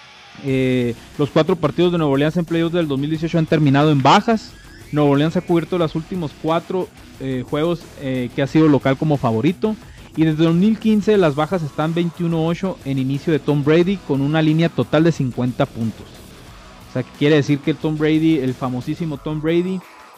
Los 4 partidos de Nueva Orleans en playoffs del 2018 han terminado en bajas. Nueva Orleans ha cubierto los últimos 4 juegos que ha sido local como favorito, y desde 2015 las bajas están 21-8 en inicio de Tom Brady, con una línea total de 50 puntos. O sea, que quiere decir que el famosísimo Tom Brady,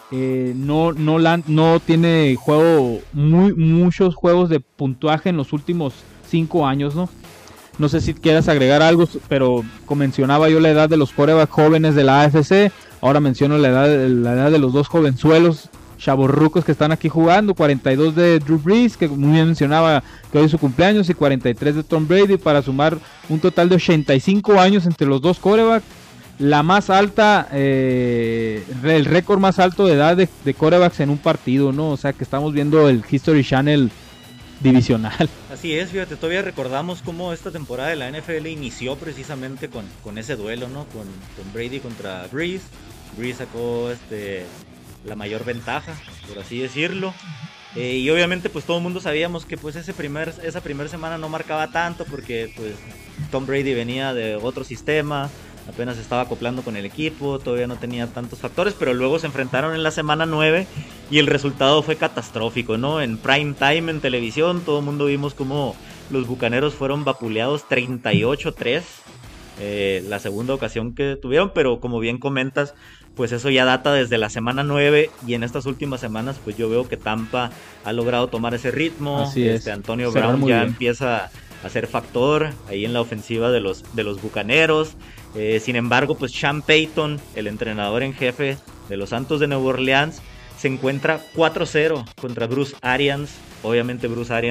no tiene muchos juegos de puntuaje en los últimos 5 años, ¿no? No sé si quieras agregar algo, pero mencionaba yo la edad de los quarterbacks jóvenes de la AFC. Ahora menciono la edad de los 2 jovenzuelos chavorrucos que están aquí jugando. 42 de Drew Brees, que muy bien mencionaba que hoy es su cumpleaños, y 43 de Tom Brady, para sumar un total de 85 años entre los 2 quarterbacks. La más alta, el récord más alto de edad de quarterbacks en un partido, ¿no? O sea que estamos viendo el History Channel divisional.
Así es, fíjate, todavía recordamos cómo esta temporada de la NFL inició precisamente con ese duelo, ¿no? Con Brady contra Brees. Brees sacó la mayor ventaja, por así decirlo. Y obviamente pues todo el mundo sabíamos que pues esa primera semana no marcaba tanto, porque pues Tom Brady venía de otro sistema, apenas estaba acoplando con el equipo, todavía no tenía tantos factores, pero luego se enfrentaron en la semana 9 y el resultado fue catastrófico, ¿no? En prime time, en televisión, todo el mundo vimos cómo los Bucaneros fueron vapuleados 38-3, la segunda ocasión que tuvieron, pero como bien comentas, pues eso ya data desde la semana 9, y en estas últimas semanas pues yo veo que Tampa ha logrado tomar ese ritmo.
Así es.
Antonio Brown ya bien empieza a ser factor ahí en la ofensiva de los Bucaneros. Sin embargo, pues Sean Payton, el entrenador en jefe de los Santos de Nueva Orleans, se encuentra 4-0 contra Bruce Arians. Obviamente Bruce Arians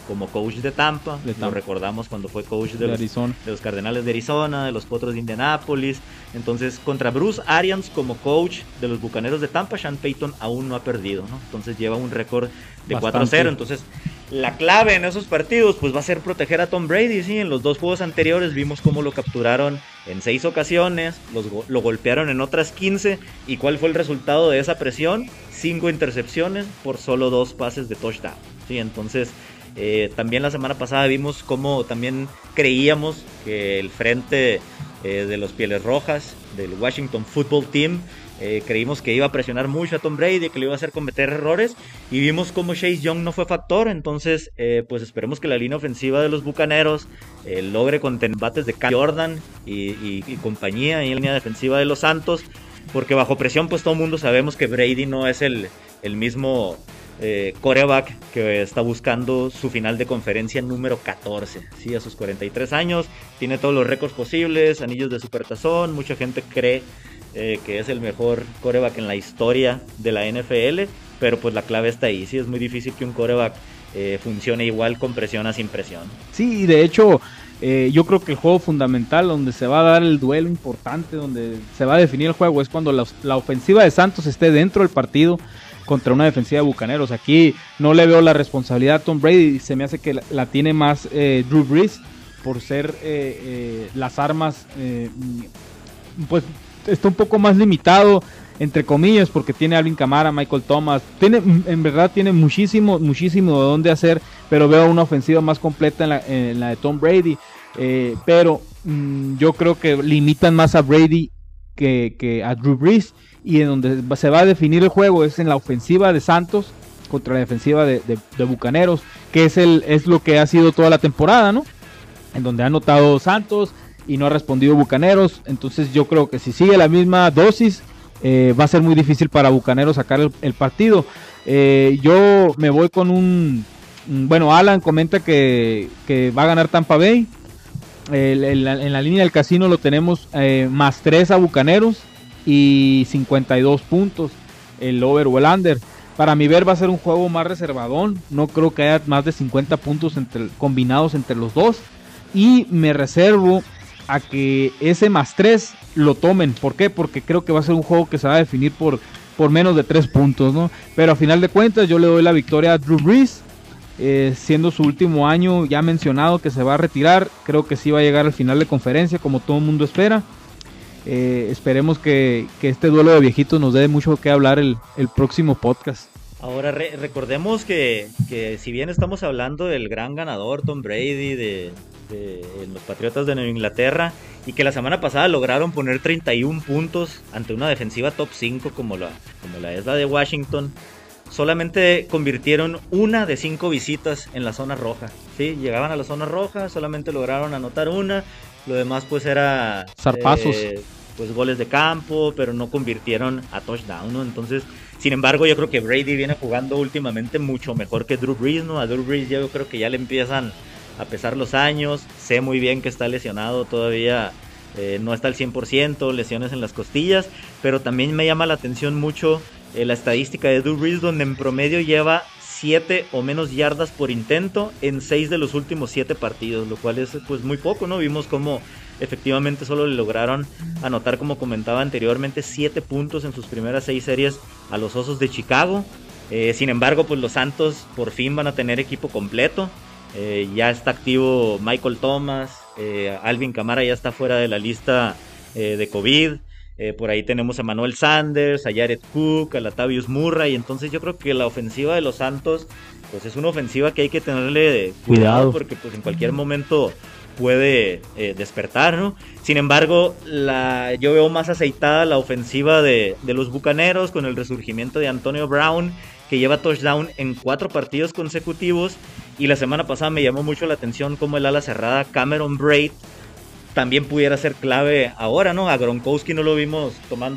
como coach de Tampa. Lo recordamos cuando fue coach de los Cardenales de Arizona, de los Potros de Indianápolis. Entonces, contra Bruce Arians como coach de los Bucaneros de Tampa, Sean Payton aún no ha perdido, ¿no? Entonces lleva un récord de 4-0. Entonces, la clave en esos partidos pues va a ser proteger a Tom Brady, ¿sí? En los 2 juegos anteriores vimos cómo lo capturaron en 6 ocasiones, lo golpearon en otras 15. ¿Y cuál fue el resultado de esa presión? 5 intercepciones por solo 2 pases de touchdown, ¿sí? Entonces, también la semana pasada vimos cómo también creíamos que el frente de los Pieles Rojas, del Washington Football Team, creímos que iba a presionar mucho a Tom Brady, que le iba a hacer cometer errores, y vimos cómo Chase Young no fue factor. Entonces pues esperemos que la línea ofensiva de los Bucaneros logre contener bates de Cam Jordan y compañía, y en la línea defensiva de los Santos, porque bajo presión pues todo el mundo sabemos que Brady no es el mismo quarterback que está buscando su final de conferencia número 14, ¿sí? A sus 43 años, tiene todos los récords posibles, anillos de supertazón, mucha gente cree que es el mejor quarterback en la historia de la NFL, pero pues la clave está ahí, sí, es muy difícil que un quarterback funcione igual con presión a sin presión.
Sí, de hecho, yo creo que el juego fundamental, donde se va a dar el duelo importante, donde se va a definir el juego, es cuando la ofensiva de Santos esté dentro del partido contra una defensiva de Bucaneros. Aquí no le veo la responsabilidad a Tom Brady, se me hace que la tiene más Drew Brees, por ser las armas, pues está un poco más limitado, entre comillas, porque tiene a Alvin Kamara, Michael Thomas, en verdad tiene muchísimo de dónde hacer, pero veo una ofensiva más completa en la de Tom Brady, pero yo creo que limitan más a Brady que a Drew Brees, y en donde se va a definir el juego es en la ofensiva de Santos contra la defensiva de Bucaneros, que es lo que ha sido toda la temporada, ¿no? En donde ha anotado Santos y no ha respondido Bucaneros. Entonces yo creo que si sigue la misma dosis, va a ser muy difícil para Bucaneros sacar el partido. Yo me voy con bueno, Alan comenta que va a ganar Tampa Bay. En la línea del casino lo tenemos más 3 a Bucaneros y 52 puntos el over o el under. Para mi ver va a ser un juego más reservadón, no creo que haya más de 50 puntos combinados entre los dos, y me reservo a que ese más 3 lo tomen. ¿Por qué? Porque creo que va a ser un juego que se va a definir por menos de 3 puntos, ¿no? Pero a final de cuentas yo le doy la victoria a Drew Brees, siendo su último año, ya mencionado que se va a retirar. Creo que sí va a llegar al final de conferencia como todo el mundo espera. Esperemos que este duelo de viejitos nos dé mucho que hablar el próximo podcast.
Ahora recordemos que si bien estamos hablando del gran ganador Tom Brady de los Patriotas de Nueva Inglaterra, y que la semana pasada lograron poner 31 puntos ante una defensiva top 5 como la es la de Washington, solamente convirtieron una de 5 visitas en la zona roja, ¿sí? Llegaban a la zona roja, solamente lograron anotar una, lo demás pues era
zarpazos,
pues goles de campo, pero no convirtieron a touchdown, ¿no? Entonces, sin embargo, yo creo que Brady viene jugando últimamente mucho mejor que Drew Brees, ¿no? A Drew Brees yo creo que ya le empiezan a pesar los años, sé muy bien que está lesionado todavía, no está al 100%, lesiones en las costillas, pero también me llama la atención mucho la estadística de Drew Brees, donde en promedio lleva 7 o menos yardas por intento en 6 de los últimos 7 partidos, lo cual es pues muy poco, ¿no? Vimos cómo efectivamente solo le lograron anotar, como comentaba anteriormente, 7 puntos en sus primeras 6 series a los Osos de Chicago. Sin embargo, pues los Santos por fin van a tener equipo completo. Ya está activo Michael Thomas, Alvin Kamara ya está fuera de la lista de COVID. Por ahí tenemos a Manuel Sanders, a Jared Cook, a Latavius Murray. Entonces yo creo que la ofensiva de los Santos pues es una ofensiva que hay que tenerle cuidado, porque pues en cualquier momento puede despertar, ¿no? Sin embargo, yo veo más aceitada la ofensiva de los Bucaneros, con el resurgimiento de Antonio Brown, que lleva touchdown en 4 partidos consecutivos. Y la semana pasada me llamó mucho la atención cómo el ala cerrada Cameron Braid también pudiera ser clave ahora, ¿no? A Gronkowski no lo vimos tomando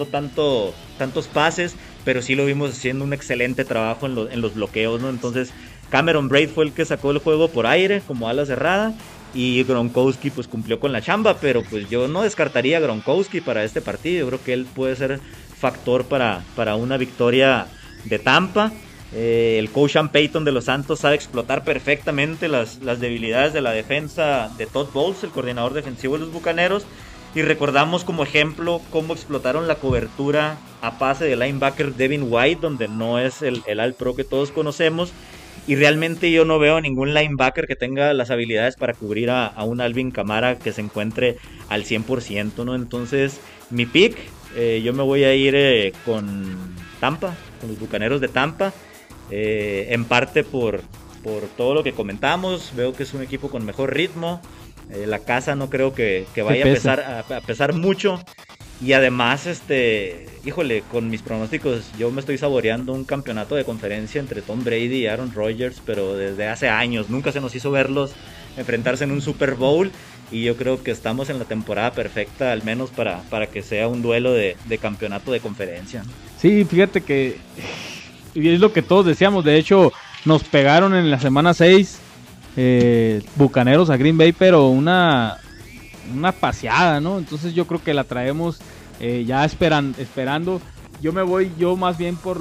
tantos pases, pero sí lo vimos haciendo un excelente trabajo en los bloqueos, ¿no? Entonces Cameron Braid fue el que sacó el juego por aire como ala cerrada, y Gronkowski pues cumplió con la chamba, pero pues yo no descartaría a Gronkowski para este partido. Yo creo que él puede ser factor para una victoria de Tampa. El coach Sean Payton de los Santos sabe explotar perfectamente las debilidades de la defensa de Todd Bowles, el coordinador defensivo de los Bucaneros. Y recordamos como ejemplo cómo explotaron la cobertura a pase de linebacker Devin White, donde no es el All-Pro que todos conocemos. Y realmente yo no veo ningún linebacker que tenga las habilidades para cubrir a un Alvin Kamara que se encuentre al 100%, ¿no? Entonces, mi pick, yo me voy a ir con Tampa, con los Bucaneros de Tampa. En parte por todo lo que comentamos. Veo que es un equipo con mejor ritmo. La casa no creo que vaya a pesar mucho. Y además, híjole, con mis pronósticos, yo me estoy saboreando un campeonato de conferencia entre Tom Brady y Aaron Rodgers, pero desde hace años. Nunca se nos hizo verlos enfrentarse en un Super Bowl. Y yo creo que estamos en la temporada perfecta, al menos para que sea un duelo de campeonato de conferencia.
Sí, fíjate que es lo que todos decíamos. De hecho, nos pegaron en la semana 6 Bucaneros a Green Bay, pero una paseada, ¿no? Entonces yo creo que la traemos ya esperando. Yo me voy más bien por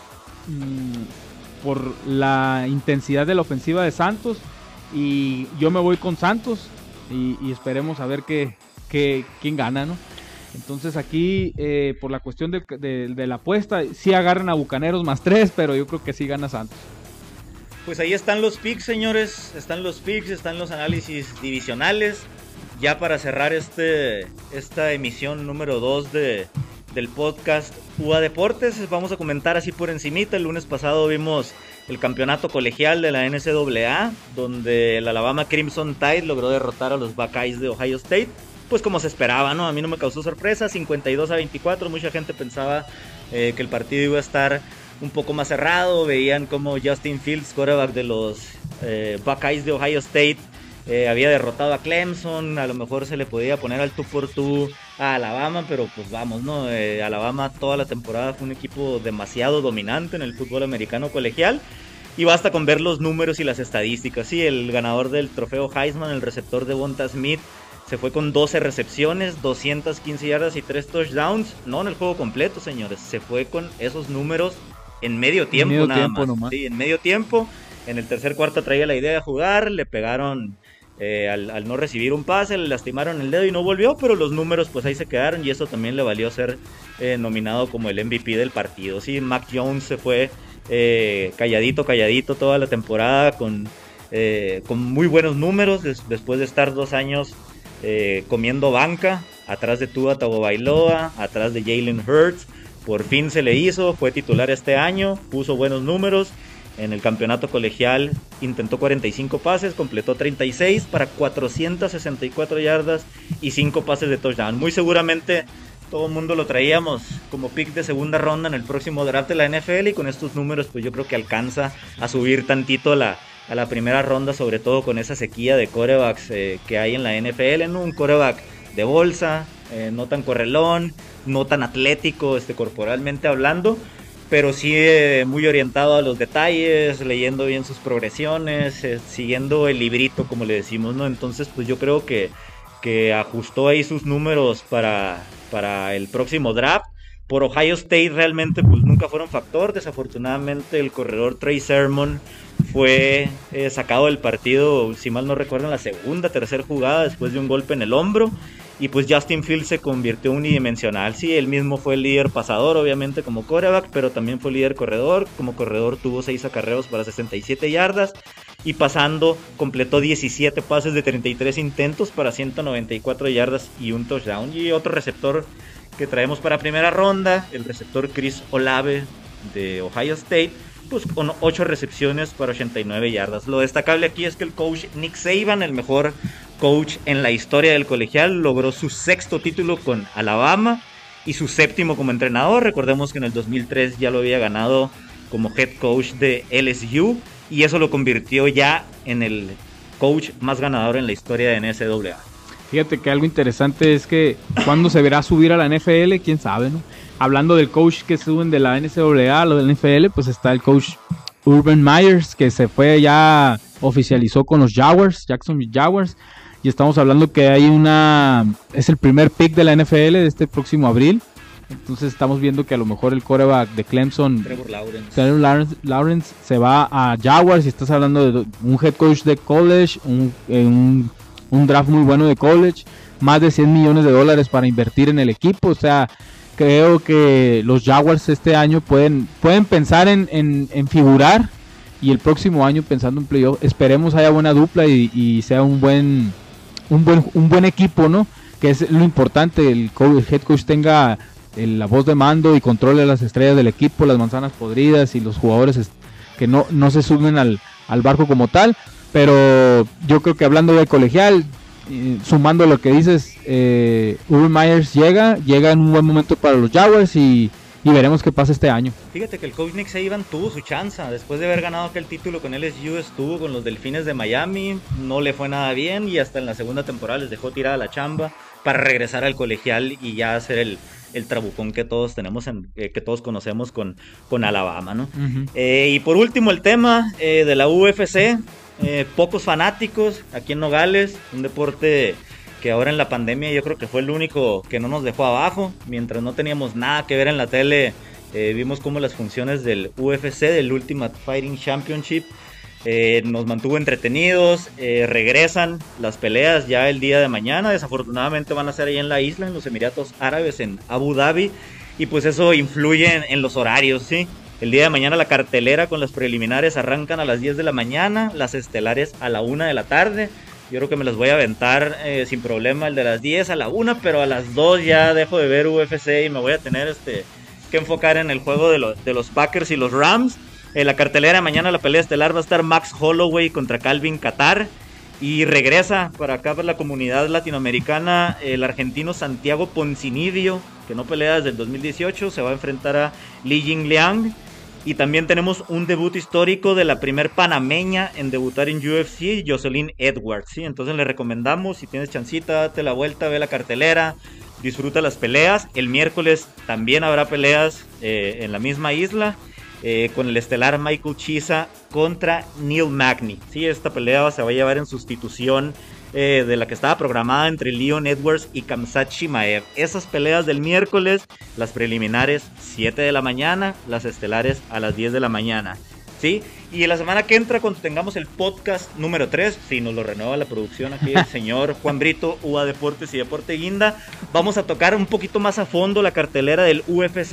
por la intensidad de la ofensiva de Santos, y yo me voy con Santos y esperemos a ver quién gana, ¿no? Entonces aquí por la cuestión de la apuesta, sí agarran a Bucaneros +3, pero yo creo que sí gana Santos.
Pues ahí están los picks, señores. Están los picks, están los análisis divisionales. Ya para cerrar esta emisión número 2 del podcast UA Deportes, vamos a comentar así por encimita. El lunes pasado vimos el campeonato colegial de la NCAA, donde el Alabama Crimson Tide logró derrotar a los Buckeyes de Ohio State. Pues como se esperaba, ¿no? A mí no me causó sorpresa, 52-24. Mucha gente pensaba que el partido iba a estar un poco más cerrado. Veían como Justin Fields, quarterback de los Buckeyes de Ohio State, había derrotado a Clemson. A lo mejor se le podía poner al tú por tú a Alabama, pero pues vamos, ¿no? Alabama toda la temporada fue un equipo demasiado dominante en el fútbol americano colegial. Y basta con ver los números y las estadísticas. Sí, el ganador del trofeo Heisman, el receptor Devonta Smith, se fue con 12 recepciones, 215 yardas y 3 touchdowns. No en el juego completo, señores. Se fue con esos números en medio tiempo, nada más. Sí, en medio tiempo. En el tercer cuarto traía la idea de jugar. Le pegaron al no recibir un pase, le lastimaron el dedo y no volvió. Pero los números pues ahí se quedaron, y eso también le valió ser nominado como el MVP del partido. Sí, Mac Jones se fue calladito toda la temporada con muy buenos números después de estar 2 años comiendo banca atrás de Tua Tagovailoa, atrás de Jalen Hurts. Por fin se le hizo, fue titular este año, puso buenos números. En el campeonato colegial intentó 45 pases, completó 36 para 464 yardas y 5 pases de touchdown. Muy seguramente todo el mundo lo traíamos como pick de segunda ronda en el próximo draft de la NFL, y con estos números pues yo creo que alcanza a subir tantito a la primera ronda, sobre todo con esa sequía de quarterbacks que hay en la NFL, ¿no? Un quarterback de bolsa, no tan correlón, no tan atlético corporalmente hablando, pero sí muy orientado a los detalles, leyendo bien sus progresiones, siguiendo el librito, como le decimos, ¿no? Entonces pues yo creo que ajustó ahí sus números para el próximo draft. Por Ohio State realmente pues nunca fueron factor. Desafortunadamente el corredor Trey Sermon fue sacado del partido, si mal no recuerdo, en la tercera jugada después de un golpe en el hombro. Y pues Justin Fields se convirtió unidimensional. Sí, él mismo fue el líder pasador, obviamente, como quarterback, pero también fue líder corredor. Como corredor tuvo 6 acarreos para 67 yardas. Y pasando, completó 17 pases de 33 intentos para 194 yardas y un touchdown. Y otro receptor que traemos para primera ronda, el receptor Chris Olave de Ohio State, pues con 8 recepciones para 89 yardas. Lo destacable aquí es que el coach Nick Saban, el mejor coach en la historia del colegial, logró su 6º título con Alabama y su 7º como entrenador. Recordemos que en el 2003 ya lo había ganado como head coach de LSU, y eso lo convirtió ya en el coach más ganador en la historia de NCAA.
Fíjate que algo interesante es que cuando se verá subir a la NFL, quién sabe, ¿no? Hablando del coach que suben de la NCAA a lo del NFL, pues está el coach Urban Myers, que se fue, ya oficializó con los Jacksonville Jaguars, y estamos hablando que es el primer pick de la NFL de este próximo abril. Entonces estamos viendo que a lo mejor el quarterback de Clemson, Trevor Lawrence se va a Jaguars. Y estás hablando de un head coach de college, un draft muy bueno de college, más de $100 millones para invertir en el equipo. O sea, creo que los Jaguars este año pueden pensar en figurar, y el próximo año pensando en playoff. Esperemos haya buena dupla y sea un buen equipo, ¿no? Que es lo importante, el head coach tenga la voz de mando y controle las estrellas del equipo, las manzanas podridas y los jugadores que no se suben al barco como tal. Pero yo creo que hablando de colegial, sumando lo que dices, Urban Myers llega en un buen momento para los Jaguars y veremos qué pasa este año.
Fíjate que el coach Nick Saban tuvo su chance. Después de haber ganado aquel título con LSU, estuvo con los Delfines de Miami, no le fue nada bien y hasta en la segunda temporada les dejó tirada la chamba para regresar al colegial y ya hacer el trabucón que todos tenemos, que todos conocemos con Alabama, ¿no? Uh-huh. Y por último el tema de la UFC, pocos fanáticos aquí en Nogales, un deporte que ahora en la pandemia yo creo que fue el único que no nos dejó abajo. Mientras no teníamos nada que ver en la tele, vimos cómo las funciones del UFC, del Ultimate Fighting Championship, nos mantuvo entretenidos. Regresan las peleas ya el día de mañana, desafortunadamente van a ser ahí en la isla, en los Emiratos Árabes, en Abu Dhabi, y pues eso influye en los horarios, ¿sí? El día de mañana la cartelera con las preliminares arrancan a las 10 de la mañana, las estelares a la 1 de la tarde. Yo creo que me las voy a aventar sin problema, el de las 10 a la 1, pero a las 2 ya dejo de ver UFC y me voy a tener que enfocar en el juego de los Packers y los Rams. La cartelera de mañana, la pelea estelar va a estar Max Holloway contra Calvin Kattar. Y regresa para acá, para la comunidad latinoamericana, el argentino Santiago Ponzinibbio, que no pelea desde el 2018, se va a enfrentar a Li Jingliang. Y también tenemos un debut histórico de la primer panameña en debutar en UFC, Jocelyn Edwards, ¿sí? Entonces le recomendamos, si tienes chancita, date la vuelta, ve la cartelera, disfruta las peleas. El miércoles también habrá peleas en la misma isla, con el estelar Michael Chiesa contra Neil Magny, ¿sí? Esta pelea se va a llevar en sustitución de la que estaba programada entre Leon Edwards y Khamzat Chimaev. Esas peleas del miércoles, las preliminares 7 de la mañana, las estelares a las 10 de la mañana, ¿sí? Y la semana que entra, cuando tengamos el podcast número 3, si nos lo renueva la producción aquí el señor Juan Brito, UA Deportes y Deporte Guinda, vamos a tocar un poquito más a fondo la cartelera del UFC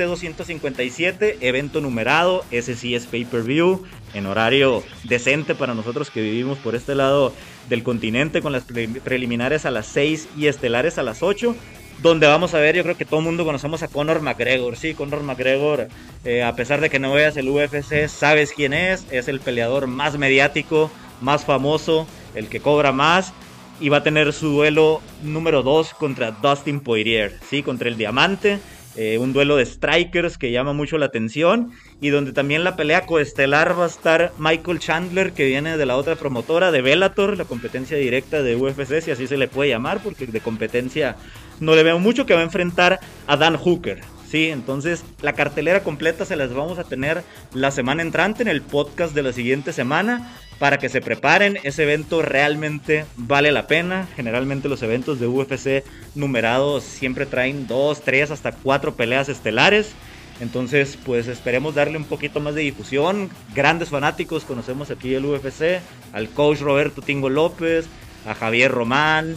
257, evento numerado. Ese sí es pay-per-view, en horario decente para nosotros que vivimos por este lado del continente, con las preliminares a las 6 y estelares a las 8, donde vamos a ver, yo creo que todo el mundo conocemos a Conor McGregor, sí, Conor McGregor, a pesar de que no veas el UFC, sabes quién es el peleador más mediático, más famoso, el que cobra más, y va a tener su duelo número 2 contra Dustin Poirier, sí, contra el Diamante. Un duelo de strikers que llama mucho la atención, y donde también la pelea coestelar va a estar Michael Chandler, que viene de la otra promotora de Bellator, la competencia directa de UFC, si así se le puede llamar, porque de competencia no le veo mucho, que va a enfrentar a Dan Hooker, ¿sí? Entonces la cartelera completa se las vamos a tener la semana entrante en el podcast de la siguiente semana, para que se preparen. Ese evento realmente vale la pena. Generalmente los eventos de UFC numerados siempre traen 2, 3, hasta 4 peleas estelares. Entonces, pues esperemos darle un poquito más de difusión. Grandes fanáticos conocemos aquí el UFC, al coach Roberto Tingo López, a Javier Román.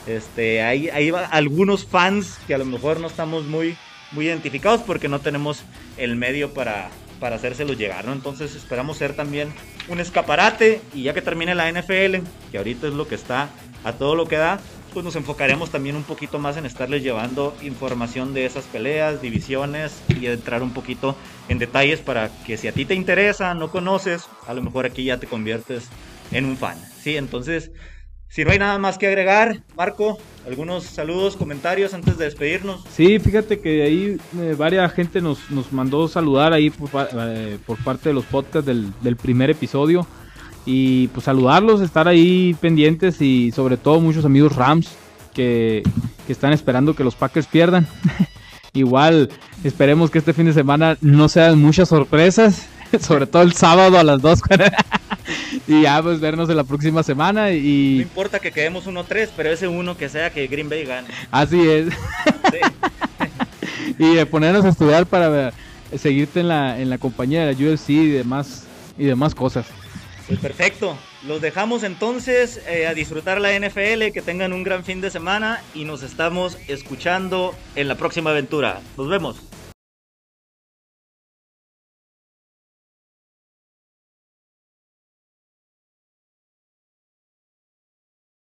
Ahí va algunos fans que a lo mejor no estamos muy identificados porque no tenemos el medio para hacérselos llegar, ¿no? Entonces esperamos ser también un escaparate, y ya que termine la NFL, que ahorita es lo que está a todo lo que da, pues nos enfocaremos también un poquito más en estarles llevando información de esas peleas, divisiones, y entrar un poquito en detalles para que si a ti te interesa, no conoces, a lo mejor aquí ya te conviertes en un fan, ¿sí? Entonces, si no hay nada más que agregar, Marco, algunos saludos, comentarios antes de despedirnos.
Sí, fíjate que ahí varias gente nos mandó saludar ahí por parte de los podcasts del primer episodio, y pues saludarlos, estar ahí pendientes, y sobre todo muchos amigos Rams que están esperando que los Packers pierdan. Igual esperemos que este fin de semana no sean muchas sorpresas, sobre todo el sábado a las 2. Y ya pues vernos en la próxima semana. Y
no importa que quedemos 1-3, pero ese uno que sea que Green Bay gane.
Así es. Sí. y de ponernos a estudiar para seguirte en la compañía de la UFC y demás cosas.
Pues perfecto, los dejamos entonces a disfrutar la NFL, que tengan un gran fin de semana y nos estamos escuchando en la próxima aventura. Nos vemos.